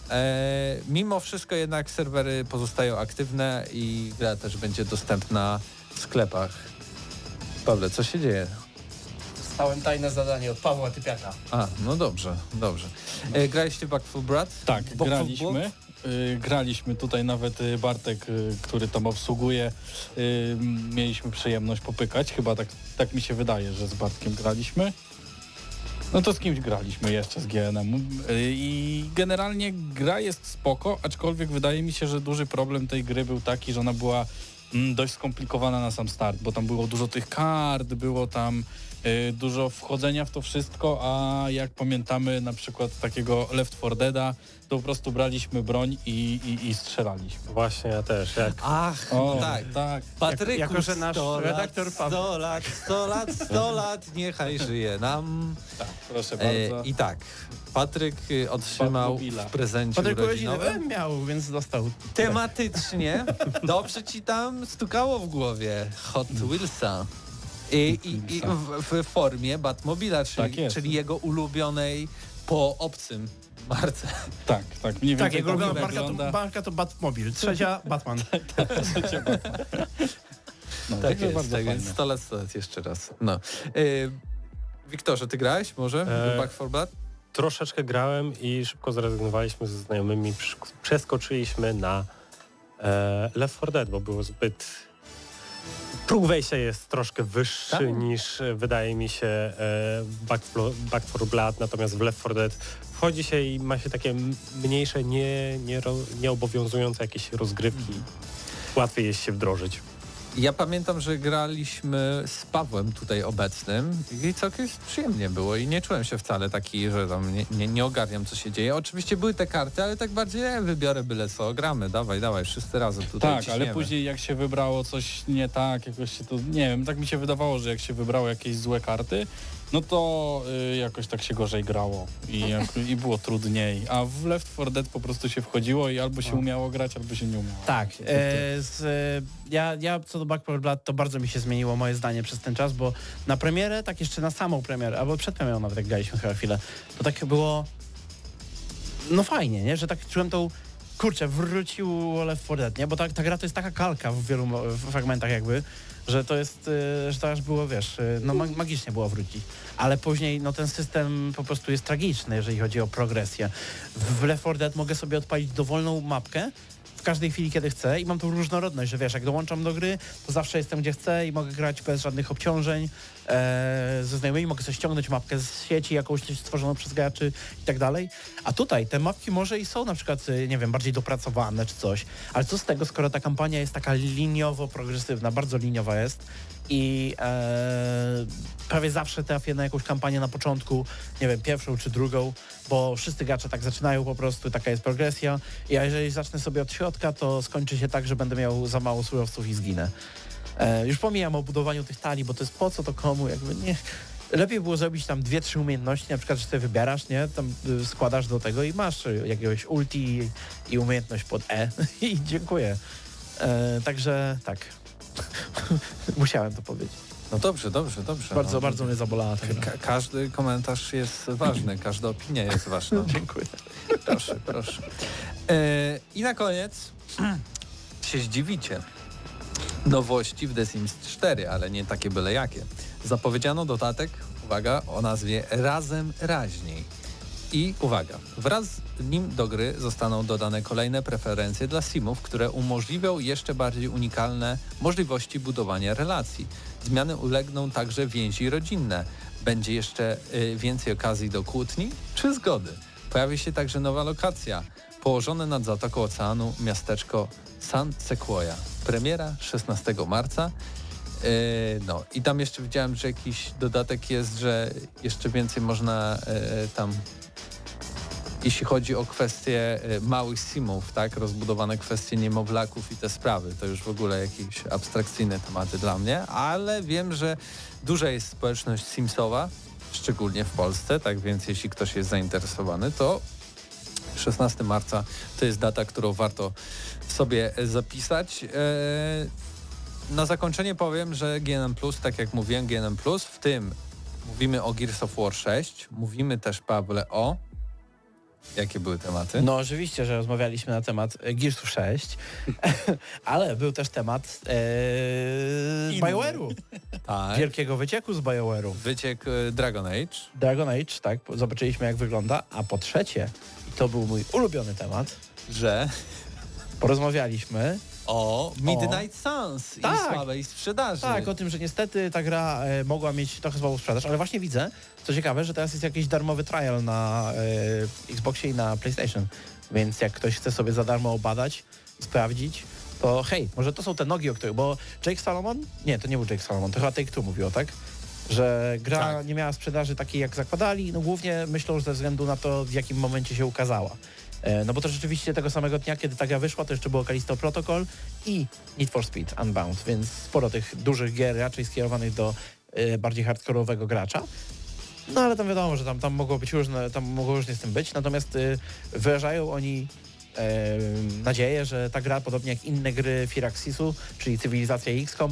Mimo wszystko jednak serwery pozostają aktywne i gra też będzie dostępna w sklepach. Pawle, co się dzieje? Dostałem tajne zadanie od Pawła Typiaka. A, no dobrze. Graliście w Back 4 Blood? Tak, Back 4 graliśmy. Blood? Graliśmy tutaj nawet Bartek, który tam obsługuje, mieliśmy przyjemność popykać, chyba tak mi się wydaje, że z Bartkiem graliśmy. No to z kimś graliśmy jeszcze z GNM i generalnie gra jest spoko, aczkolwiek wydaje mi się, że duży problem tej gry był taki, że ona była dość skomplikowana na sam start, bo tam było dużo tych kart, było tam dużo wchodzenia w to wszystko, a jak pamiętamy na przykład takiego Left 4 Deada, to po prostu braliśmy broń i strzelaliśmy. Właśnie, ja też. Ach, O, no tak. tak. Patryku, Jako że nasz 100 redaktor lat, Paweł. 100 lat, niechaj żyje nam. Tak, proszę bardzo. I tak, Patryk otrzymał Batmobila. w prezencie Patryk urodzinę urodzinowym. miał, więc dostał. Tematycznie, dobrze ci tam stukało w głowie Hot Wheelsa. I w formie Batmobila, Tak jest. czyli jego ulubionej po obcym marce. Tak, mniej Tak, więcej jego tak ulubiona wygląda. marka to Batmobil, trzecia Batman. No, Tak także jest, bardzo tak fajne. jest. 100 lat jeszcze raz. No. Wiktorze, ty grałeś może w Back 4 Blood? Troszeczkę grałem i szybko zrezygnowaliśmy ze znajomymi. Przeskoczyliśmy na Left 4 Dead, bo było zbyt... Próg wejścia jest troszkę wyższy Tak? niż wydaje mi się Back 4 Blood, natomiast w Left 4 Dead wchodzi się i ma się takie mniejsze, nieobowiązujące jakieś rozgrywki. Łatwiej jest się wdrożyć. Ja pamiętam, że graliśmy z Pawłem tutaj obecnym i całkiem przyjemnie było i nie czułem się wcale taki, że tam nie ogarniam, co się dzieje. Oczywiście były te karty, ale tak bardziej wybiorę byle co, gramy, dawaj, wszyscy razem tutaj Tak, ciśniemy. ale później jak się wybrało coś nie tak, jakoś się to, nie wiem, tak mi się wydawało, że jak się wybrało jakieś złe karty, no to jakoś tak się gorzej grało i było trudniej. A w Left 4 Dead po prostu się wchodziło i albo się umiało grać, albo się nie umiało. Tak, ja co do Back 4 Blood to bardzo mi się zmieniło moje zdanie przez ten czas, bo na premierę, tak jeszcze na samą premierę, albo przed premierą nawet jak graliśmy chyba chwilę, to tak było no fajnie, nie? Że tak czułem tą, kurczę, wrócił Left 4 Dead, nie? Bo ta gra to jest taka kalka w wielu fragmentach jakby, że to jest, że to aż było, wiesz, no magicznie było wrócić. Ale później, no ten system po prostu jest tragiczny, jeżeli chodzi o progresję. W Left 4 Dead mogę sobie odpalić dowolną mapkę w każdej chwili, kiedy chcę i mam tą różnorodność, że wiesz, jak dołączam do gry, to zawsze jestem gdzie chcę i mogę grać bez żadnych obciążeń ze znajomymi, mogę sobie ściągnąć mapkę z sieci, jakąś coś stworzoną przez graczy i tak dalej. A tutaj te mapki może i są na przykład, nie wiem, bardziej dopracowane czy coś, ale co z tego, skoro ta kampania jest taka liniowo progresywna, bardzo liniowa jest i prawie zawsze trafię na jakąś kampanię na początku, nie wiem, pierwszą czy drugą, bo wszyscy gracze tak zaczynają po prostu, taka jest progresja. A jeżeli zacznę sobie od środka, to skończy się tak, że będę miał za mało surowców i zginę. Już pomijam o budowaniu tych talii, bo to jest po co to komu, jakby nie... Lepiej było zrobić tam 2-3 umiejętności, na przykład, że sobie wybierasz, nie? Tam składasz do tego i masz jakiegoś ulti i umiejętność pod E i dziękuję. Także tak. Musiałem to powiedzieć. No dobrze. Bardzo, bardzo mnie zabolała ta gra. Każdy komentarz jest ważny, każda opinia jest ważna. Dziękuję. Proszę. I na koniec się zdziwicie. Nowości w The Sims 4, ale nie takie byle jakie. Zapowiedziano dodatek, uwaga, o nazwie Razem Raźniej. I uwaga, wraz z nim do gry zostaną dodane kolejne preferencje dla simów, które umożliwią jeszcze bardziej unikalne możliwości budowania relacji. Zmiany ulegną także więzi rodzinne. Będzie jeszcze więcej okazji do kłótni czy zgody. Pojawi się także nowa lokacja. Położone nad Zatoką Oceanu miasteczko San Sequoia. Premiera 16 marca. No i tam jeszcze widziałem, że jakiś dodatek jest, że jeszcze więcej można tam, jeśli chodzi o kwestie małych simów, tak, rozbudowane kwestie niemowlaków i te sprawy, to już w ogóle jakieś abstrakcyjne tematy dla mnie, ale wiem, że duża jest społeczność simsowa, szczególnie w Polsce, tak więc jeśli ktoś jest zainteresowany, to 16 marca to jest data, którą warto sobie zapisać. Na zakończenie powiem, że GNM+, tak jak mówiłem, GNM+, w tym mówimy o Gears of War 6, mówimy też, Pawle, o Jakie były tematy? No oczywiście, że rozmawialiśmy na temat Gearsów 6, ale był też temat BioWare'u. Tak. Wielkiego wycieku z BioWare'u. Wyciek Dragon Age. Dragon Age, tak, zobaczyliśmy jak wygląda, a po trzecie, i to był mój ulubiony temat, Że porozmawialiśmy o Midnight Suns i Tak. słabej sprzedaży. tak, o tym, że niestety ta gra mogła mieć trochę słabą sprzedaż, ale właśnie widzę, co ciekawe, że teraz jest jakiś darmowy trial na Xboxie i na PlayStation, więc jak ktoś chce sobie za darmo obadać i sprawdzić, to hej, może to są te nogi, o których, bo Jake Solomon, nie, to nie był Jake Solomon, to chyba Take-Two mówiło, tak? Że gra Tak. nie miała sprzedaży takiej jak zakładali, no głównie myślą, że ze względu na to, w jakim momencie się ukazała. No bo to rzeczywiście tego samego dnia, kiedy ta gra wyszła, to jeszcze było Callisto Protocol i Need for Speed Unbound, więc sporo tych dużych gier raczej skierowanych do bardziej hardkorowego gracza. No ale tam wiadomo, że tam mogło być różne, tam mogło różnie z tym być, natomiast wyrażają oni nadzieję, że ta gra, podobnie jak inne gry Firaxisu, czyli Cywilizacja i XCOM,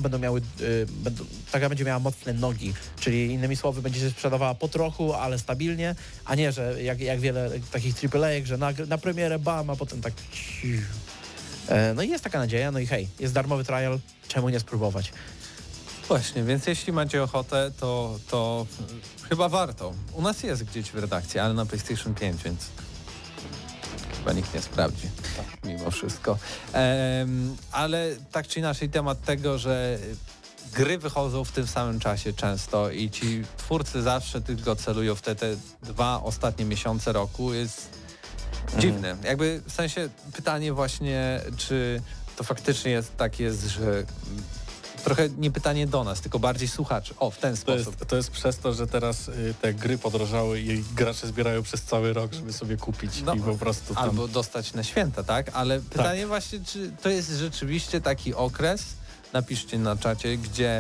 ta gra będzie miała mocne nogi, czyli innymi słowy będzie się sprzedawała po trochu, ale stabilnie, a nie, że jak wiele takich AAA-ek, że na premierę bam, a potem tak no i jest taka nadzieja, no i hej, jest darmowy trial, czemu nie spróbować? Właśnie, więc jeśli macie ochotę, to chyba warto. U nas jest gdzieś w redakcji, ale na PlayStation 5, więc chyba nikt nie sprawdzi, mimo wszystko. Ale tak czy inaczej temat tego, że gry wychodzą w tym samym czasie często i ci twórcy zawsze tylko celują w te 2 ostatnie miesiące roku jest dziwny. Jakby w sensie pytanie właśnie, czy to faktycznie tak jest, że trochę nie pytanie do nas, tylko bardziej słuchaczy. O, w ten sposób. To jest przez to, że teraz te gry podrożały i gracze zbierają przez cały rok, żeby sobie kupić No, i po prostu tam... Albo dostać na święta, tak? Ale pytanie właśnie, czy to jest rzeczywiście taki okres, napiszcie na czacie, gdzie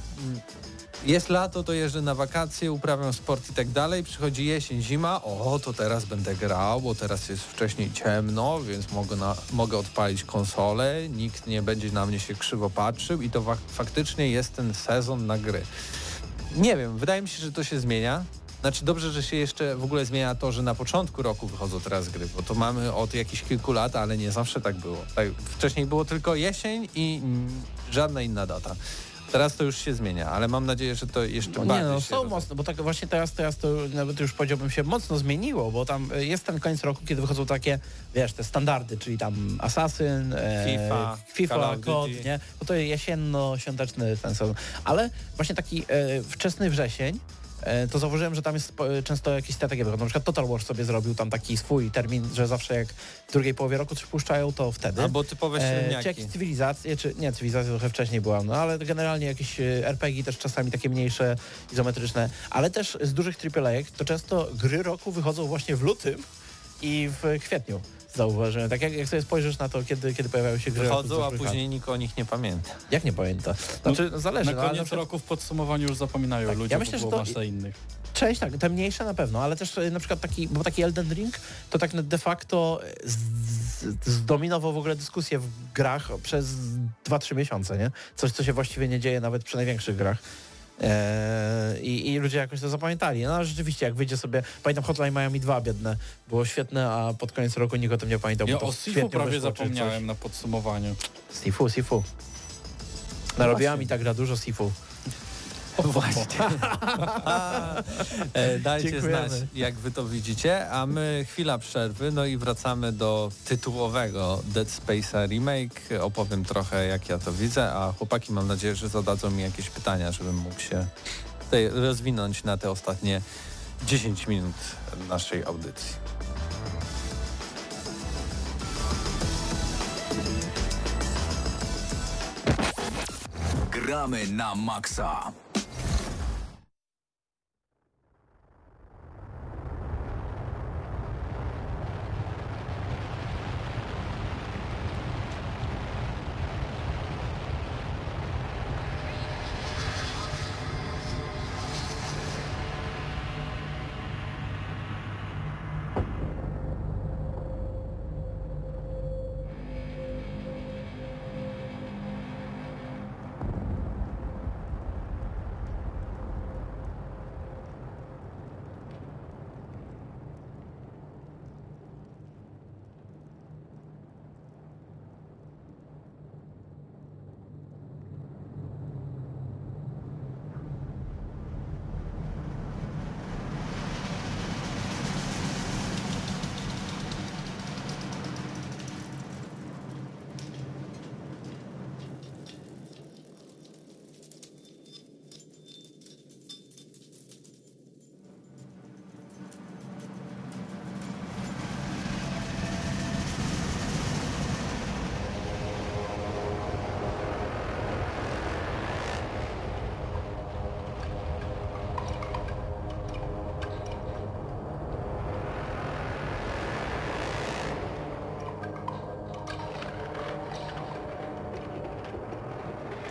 jest lato, to jeżdżę na wakacje, uprawiam sport i tak dalej, przychodzi jesień, zima, to teraz będę grał, bo teraz jest wcześniej ciemno, więc mogę odpalić konsolę, nikt nie będzie na mnie się krzywo patrzył i to faktycznie jest ten sezon na gry. Nie wiem, wydaje mi się, że to się zmienia. Znaczy dobrze, że się jeszcze w ogóle zmienia to, że na początku roku wychodzą teraz gry, bo to mamy od jakichś kilku lat, ale nie zawsze tak było. Tak, wcześniej było tylko jesień i żadna inna data. Teraz to już się zmienia, ale mam nadzieję, że to jeszcze bardziej Nie, no się są mocno, bo tak właśnie teraz to nawet już powiedziałbym się mocno zmieniło, bo tam jest ten koniec roku, kiedy wychodzą takie, wiesz, te standardy, czyli tam Assassin, FIFA, COD, nie? Bo to jest jesienno-świąteczny ten sezon. Ale właśnie taki wczesny wrzesień, to zauważyłem, że tam jest często jakieś strategie wychodzą. Na przykład Total War sobie zrobił tam taki swój termin, że zawsze jak w drugiej połowie roku coś puszczają, to wtedy. Albo typowe średniaki. Czy jakieś cywilizacje, czy nie, cywilizacje trochę wcześniej byłam, no ale generalnie jakieś RPG też czasami takie mniejsze, izometryczne, ale też z dużych AAA-ek to często gry roku wychodzą właśnie w lutym i w kwietniu. Zauważyłem. Tak jak sobie spojrzysz na to, kiedy pojawiają się gry Wychodzą, roku, a później nikt o nich nie pamięta. Jak nie pamięta? Znaczy, zależy. Na koniec roku w podsumowaniu już zapominają Tak, ludzie, ja myślę, bo że było to- masa innych. Część tak, te mniejsze na pewno, ale też na przykład taki Elden Ring to tak de facto zdominował w ogóle dyskusję w grach przez 2-3 miesiące, nie? Coś, co się właściwie nie dzieje nawet przy największych grach. I ludzie jakoś to zapamiętali. No ale rzeczywiście, jak wyjdzie sobie, pamiętam Hotline Miami 2 biedne, było świetne, a pod koniec roku nikt o tym nie pamiętał. Ja bo to o w Sifu kwietniu prawie wyszło, czy zapomniałem na podsumowaniu. coś. Sifu. Narobiła mi ta gra dużo Sifu. Właśnie. Dajcie Dziękujemy. znać, jak wy to widzicie, a my chwila przerwy, no i wracamy do tytułowego Dead Space'a remake. Opowiem trochę, jak ja to widzę, a chłopaki mam nadzieję, że zadadzą mi jakieś pytania, żebym mógł się tutaj rozwinąć na te ostatnie 10 minut naszej audycji. Gramy na maksa.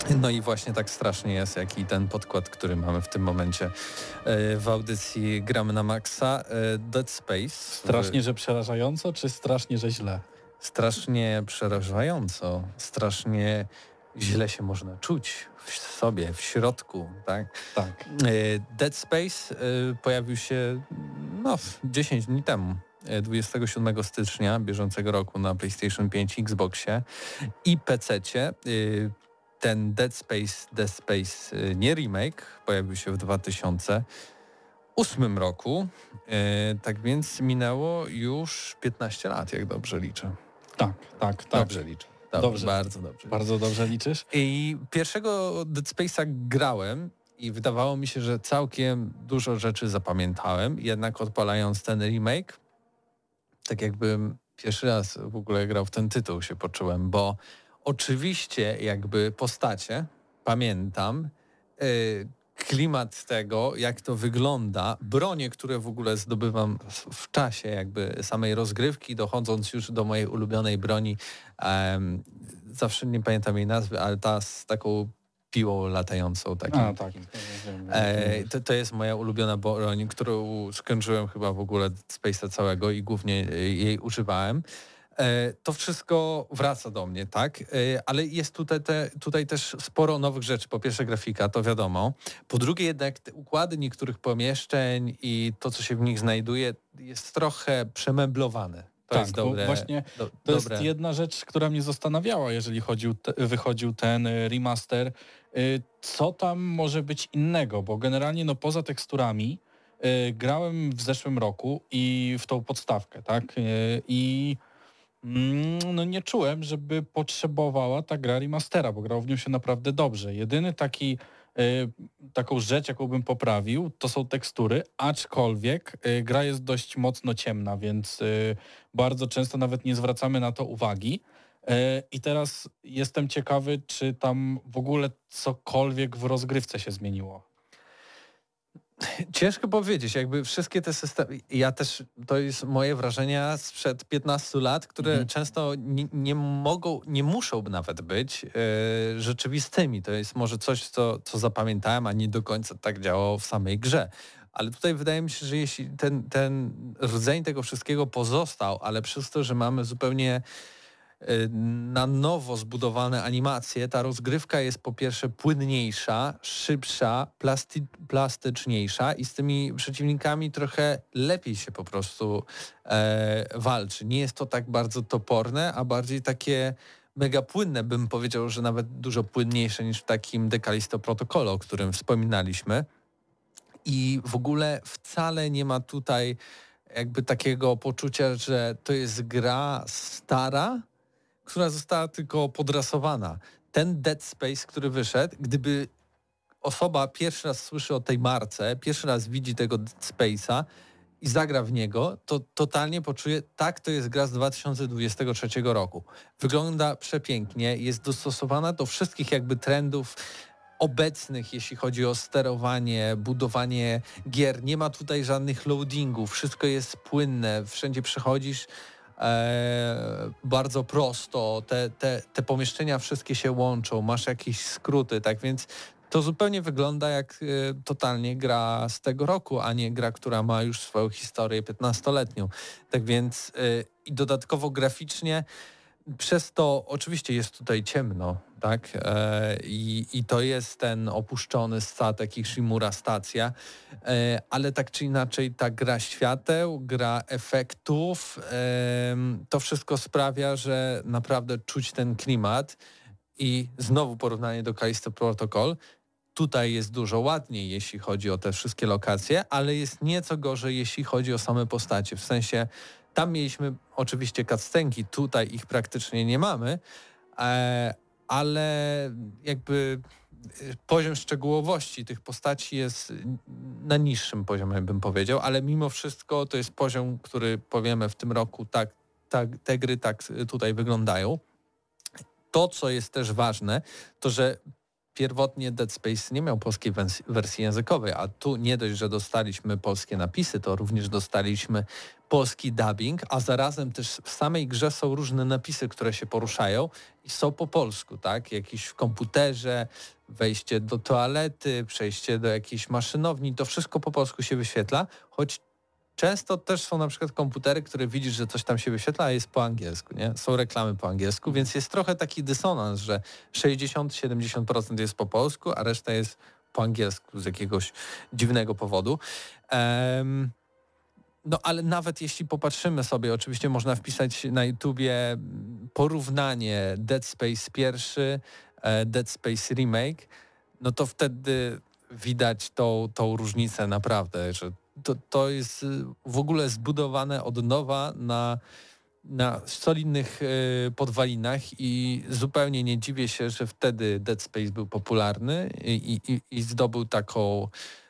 No i właśnie tak strasznie jest, jak i ten podkład, który mamy w tym momencie w audycji Gramy na Maxa. Dead Space. Strasznie, że przerażająco, czy strasznie, że źle? Strasznie przerażająco, strasznie źle się można czuć w sobie, w środku, tak? Tak. Dead Space pojawił się 10 dni temu, 27 stycznia bieżącego roku na PlayStation 5, Xboxie i PC-cie. Ten Dead Space nie remake, pojawił się w 2008 roku, tak więc minęło już 15 lat, jak dobrze liczę. Tak. Dobrze liczę. Dobrze. Bardzo dobrze. Bardzo dobrze liczysz? I pierwszego Dead Space'a grałem i wydawało mi się, że całkiem dużo rzeczy zapamiętałem, jednak odpalając ten remake, tak jakbym pierwszy raz w ogóle grał w ten tytuł, się poczułem, bo oczywiście jakby postacie pamiętam, klimat tego, jak to wygląda, bronie, które w ogóle zdobywam w czasie jakby samej rozgrywki, dochodząc już do mojej ulubionej broni, zawsze nie pamiętam jej nazwy, ale ta z taką piłą latającą. Takim. A, tak. To jest moja ulubiona broń, którą skończyłem chyba w ogóle Space'a całego i głównie jej używałem. To wszystko wraca do mnie, tak? Ale jest tutaj też sporo nowych rzeczy. Po pierwsze grafika, to wiadomo. Po drugie jednak te układy niektórych pomieszczeń i to, co się w nich znajduje, jest trochę przemeblowane. To jest dobre. Bo właśnie to jest jedna rzecz, która mnie zastanawiała, jeżeli wychodził ten remaster. Co tam może być innego? Bo generalnie poza teksturami grałem w zeszłym roku i w tą podstawkę, tak? I nie czułem, żeby potrzebowała ta gra remastera, bo grał w nią się naprawdę dobrze. Jedyny taką rzecz, jaką bym poprawił, to są tekstury, aczkolwiek gra jest dość mocno ciemna, więc bardzo często nawet nie zwracamy na to uwagi. I teraz jestem ciekawy, czy tam w ogóle cokolwiek w rozgrywce się zmieniło. Ciężko powiedzieć, jakby wszystkie te systemy, ja też, to jest moje wrażenia sprzed 15 lat, które często nie muszą nawet być rzeczywistymi. To jest może coś, co zapamiętałem, a nie do końca tak działało w samej grze. Ale tutaj wydaje mi się, że jeśli ten rdzeń tego wszystkiego pozostał, ale przez to, że mamy zupełnie na nowo zbudowane animacje, ta rozgrywka jest po pierwsze płynniejsza, szybsza, plastyczniejsza i z tymi przeciwnikami trochę lepiej się po prostu walczy. Nie jest to tak bardzo toporne, a bardziej takie mega płynne, bym powiedział, że nawet dużo płynniejsze niż w takim The Callisto Protocol, o którym wspominaliśmy. I w ogóle wcale nie ma tutaj jakby takiego poczucia, że to jest gra stara, która została tylko podrasowana. Ten Dead Space, który wyszedł, gdyby osoba pierwszy raz słyszy o tej marce, pierwszy raz widzi tego Dead Space'a i zagra w niego, to totalnie poczuje, tak, to jest gra z 2023 roku. Wygląda przepięknie, jest dostosowana do wszystkich jakby trendów obecnych, jeśli chodzi o sterowanie, budowanie gier. Nie ma tutaj żadnych loadingów, wszystko jest płynne, wszędzie przechodzisz bardzo prosto, te pomieszczenia wszystkie się łączą, masz jakieś skróty, tak więc to zupełnie wygląda jak totalnie gra z tego roku, a nie gra, która ma już swoją historię 15-letnią. Tak więc i dodatkowo graficznie przez to oczywiście jest tutaj ciemno, tak? I to jest ten opuszczony statek Ishimura stacja, ale tak czy inaczej ta gra świateł, gra efektów, to wszystko sprawia, że naprawdę czuć ten klimat i znowu porównanie do Callisto Protocol. Tutaj jest dużo ładniej, jeśli chodzi o te wszystkie lokacje, ale jest nieco gorzej, jeśli chodzi o same postacie. W sensie tam mieliśmy oczywiście cutscenki, tutaj ich praktycznie nie mamy, ale jakby poziom szczegółowości tych postaci jest na niższym poziomie, bym powiedział, ale mimo wszystko to jest poziom, który powiemy w tym roku, tak, te gry tak tutaj wyglądają. To, co jest też ważne, to że pierwotnie Dead Space nie miał polskiej wersji językowej, a tu nie dość, że dostaliśmy polskie napisy, to również dostaliśmy polski dubbing, a zarazem też w samej grze są różne napisy, które się poruszają i są po polsku, tak? Jakiś w komputerze, wejście do toalety, przejście do jakiejś maszynowni, to wszystko po polsku się wyświetla, choć często też są na przykład komputery, które widzisz, że coś tam się wyświetla, a jest po angielsku, nie? Są reklamy po angielsku, więc jest trochę taki dysonans, że 60-70% jest po polsku, a reszta jest po angielsku z jakiegoś dziwnego powodu. No ale nawet jeśli popatrzymy sobie, oczywiście można wpisać na YouTubie porównanie Dead Space pierwszy, Dead Space Remake, no to wtedy widać tą różnicę naprawdę, że to jest w ogóle zbudowane od nowa na solidnych podwalinach i zupełnie nie dziwię się, że wtedy Dead Space był popularny i zdobył taką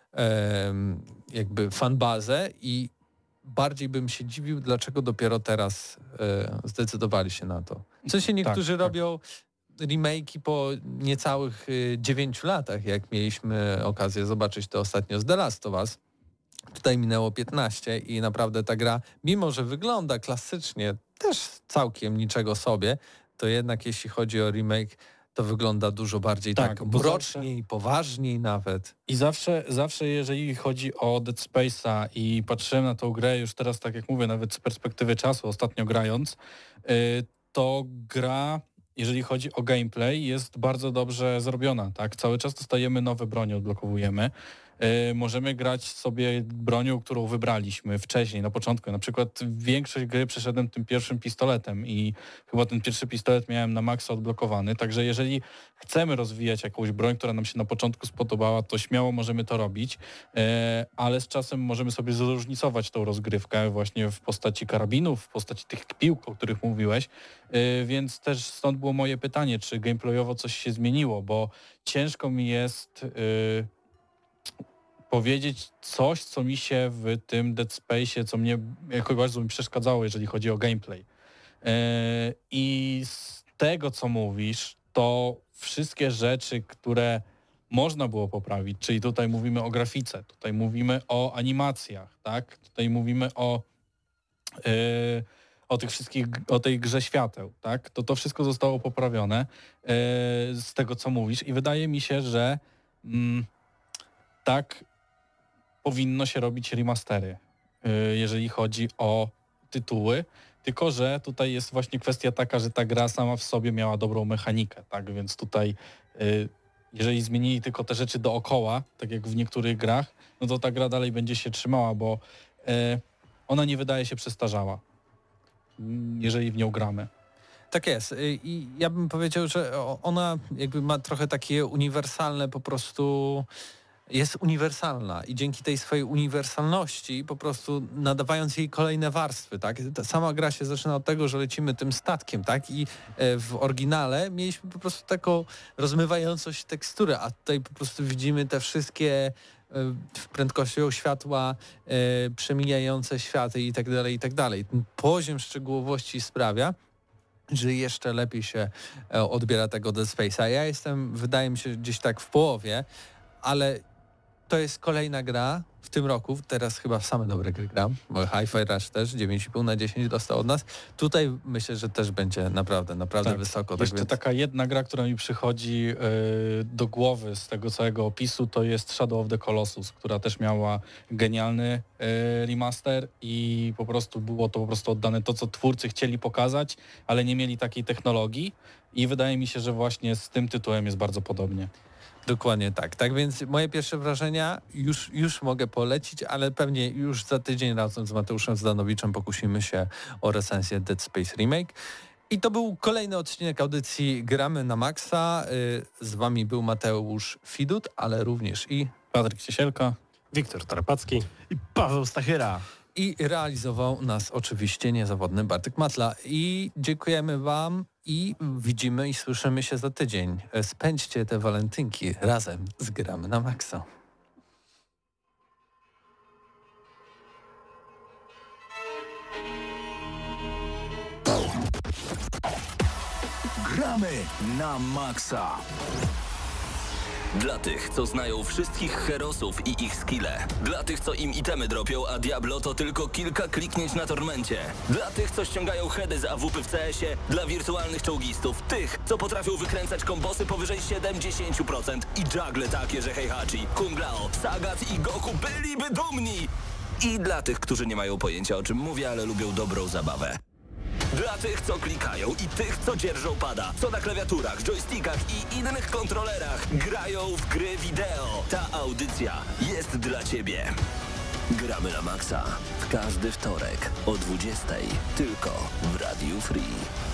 jakby fanbazę i bardziej bym się dziwił, dlaczego dopiero teraz zdecydowali się na to. W sensie niektórzy robią remake'i po niecałych 9 latach, jak mieliśmy okazję zobaczyć to ostatnio z The Last of Us. Tutaj minęło 15 i naprawdę ta gra, mimo że wygląda klasycznie, też całkiem niczego sobie, to jednak jeśli chodzi o remake, to wygląda dużo bardziej tak mroczniej, poważniej nawet. I zawsze jeżeli chodzi o Dead Space'a i patrzyłem na tą grę już teraz, tak jak mówię, nawet z perspektywy czasu, ostatnio grając, to gra, jeżeli chodzi o gameplay, jest bardzo dobrze zrobiona. Tak? Cały czas dostajemy nowe bronie, odblokowujemy. Możemy grać sobie bronią, którą wybraliśmy wcześniej, na początku. Na przykład większość gry przeszedłem tym pierwszym pistoletem i chyba ten pierwszy pistolet miałem na maksa odblokowany, także jeżeli chcemy rozwijać jakąś broń, która nam się na początku spodobała, to śmiało możemy to robić, ale z czasem możemy sobie zróżnicować tą rozgrywkę właśnie w postaci karabinów, w postaci tych kpił, o których mówiłeś, więc też stąd było moje pytanie, czy gameplayowo coś się zmieniło, bo ciężko mi jest powiedzieć coś, co mi się w tym Dead Space'ie, co mnie jakoś bardzo mi przeszkadzało, jeżeli chodzi o gameplay. I z tego, co mówisz, to wszystkie rzeczy, które można było poprawić, czyli tutaj mówimy o grafice, tutaj mówimy o animacjach, tak? Tutaj mówimy o tych wszystkich, o tej grze świateł, tak? To wszystko zostało poprawione z tego, co mówisz i wydaje mi się, że tak powinno się robić remastery, jeżeli chodzi o tytuły, tylko że tutaj jest właśnie kwestia taka, że ta gra sama w sobie miała dobrą mechanikę, tak, więc tutaj jeżeli zmienili tylko te rzeczy dookoła, tak jak w niektórych grach, no to ta gra dalej będzie się trzymała, bo ona nie wydaje się przestarzała, jeżeli w nią gramy. Tak jest i ja bym powiedział, że ona jakby ma trochę takie uniwersalne po prostu, jest uniwersalna i dzięki tej swojej uniwersalności po prostu nadawając jej kolejne warstwy, tak? Ta sama gra się zaczyna od tego, że lecimy tym statkiem, tak? I w oryginale mieliśmy po prostu taką rozmywającą się teksturę, a tutaj po prostu widzimy te wszystkie prędkością światła przemijające światy i tak dalej, i tak dalej. Ten poziom szczegółowości sprawia, że jeszcze lepiej się odbiera tego Dead Space'a. Ja jestem, wydaje mi się, gdzieś tak w połowie, ale to jest kolejna gra w tym roku, teraz chyba w same dobre gry gram, bo Hi-Fi Rush też 9,5 na 10 dostał od nas. Tutaj myślę, że też będzie naprawdę tak wysoko. Jeszcze tak więc... taka jedna gra, która mi przychodzi do głowy z tego całego opisu, to jest Shadow of the Colossus, która też miała genialny remaster i po prostu było to oddane to, co twórcy chcieli pokazać, ale nie mieli takiej technologii i wydaje mi się, że właśnie z tym tytułem jest bardzo podobnie. Dokładnie tak. Tak więc moje pierwsze wrażenia już mogę polecić, ale pewnie już za tydzień razem z Mateuszem Zdanowiczem pokusimy się o recenzję Dead Space Remake. I to był kolejny odcinek audycji Gramy na Maxa. Z wami był Mateusz Fidut, ale również i Patryk Ciesielka, Wiktor Tarapacki i Paweł Stachyra. I realizował nas oczywiście niezawodny Bartek Matla. I dziękujemy wam i widzimy i słyszymy się za tydzień. Spędźcie te walentynki razem z Gramy na Maxa. Gramy na Maxa. Dla tych, co znają wszystkich herosów i ich skille. Dla tych, co im itemy dropią, a Diablo to tylko kilka kliknięć na tormencie. Dla tych, co ściągają heady z AWP w CS-ie. Dla wirtualnych czołgistów. Tych, co potrafią wykręcać kombosy powyżej 70% i juggle takie, że Heihachi, Kung Lao, Sagat i Goku byliby dumni. I dla tych, którzy nie mają pojęcia, o czym mówię, ale lubią dobrą zabawę. Dla tych, co klikają i tych, co dzierżą pada, co na klawiaturach, joystickach i innych kontrolerach grają w gry wideo. Ta audycja jest dla Ciebie. Gramy na maksa w każdy wtorek o 20:00 tylko w Radiu Free.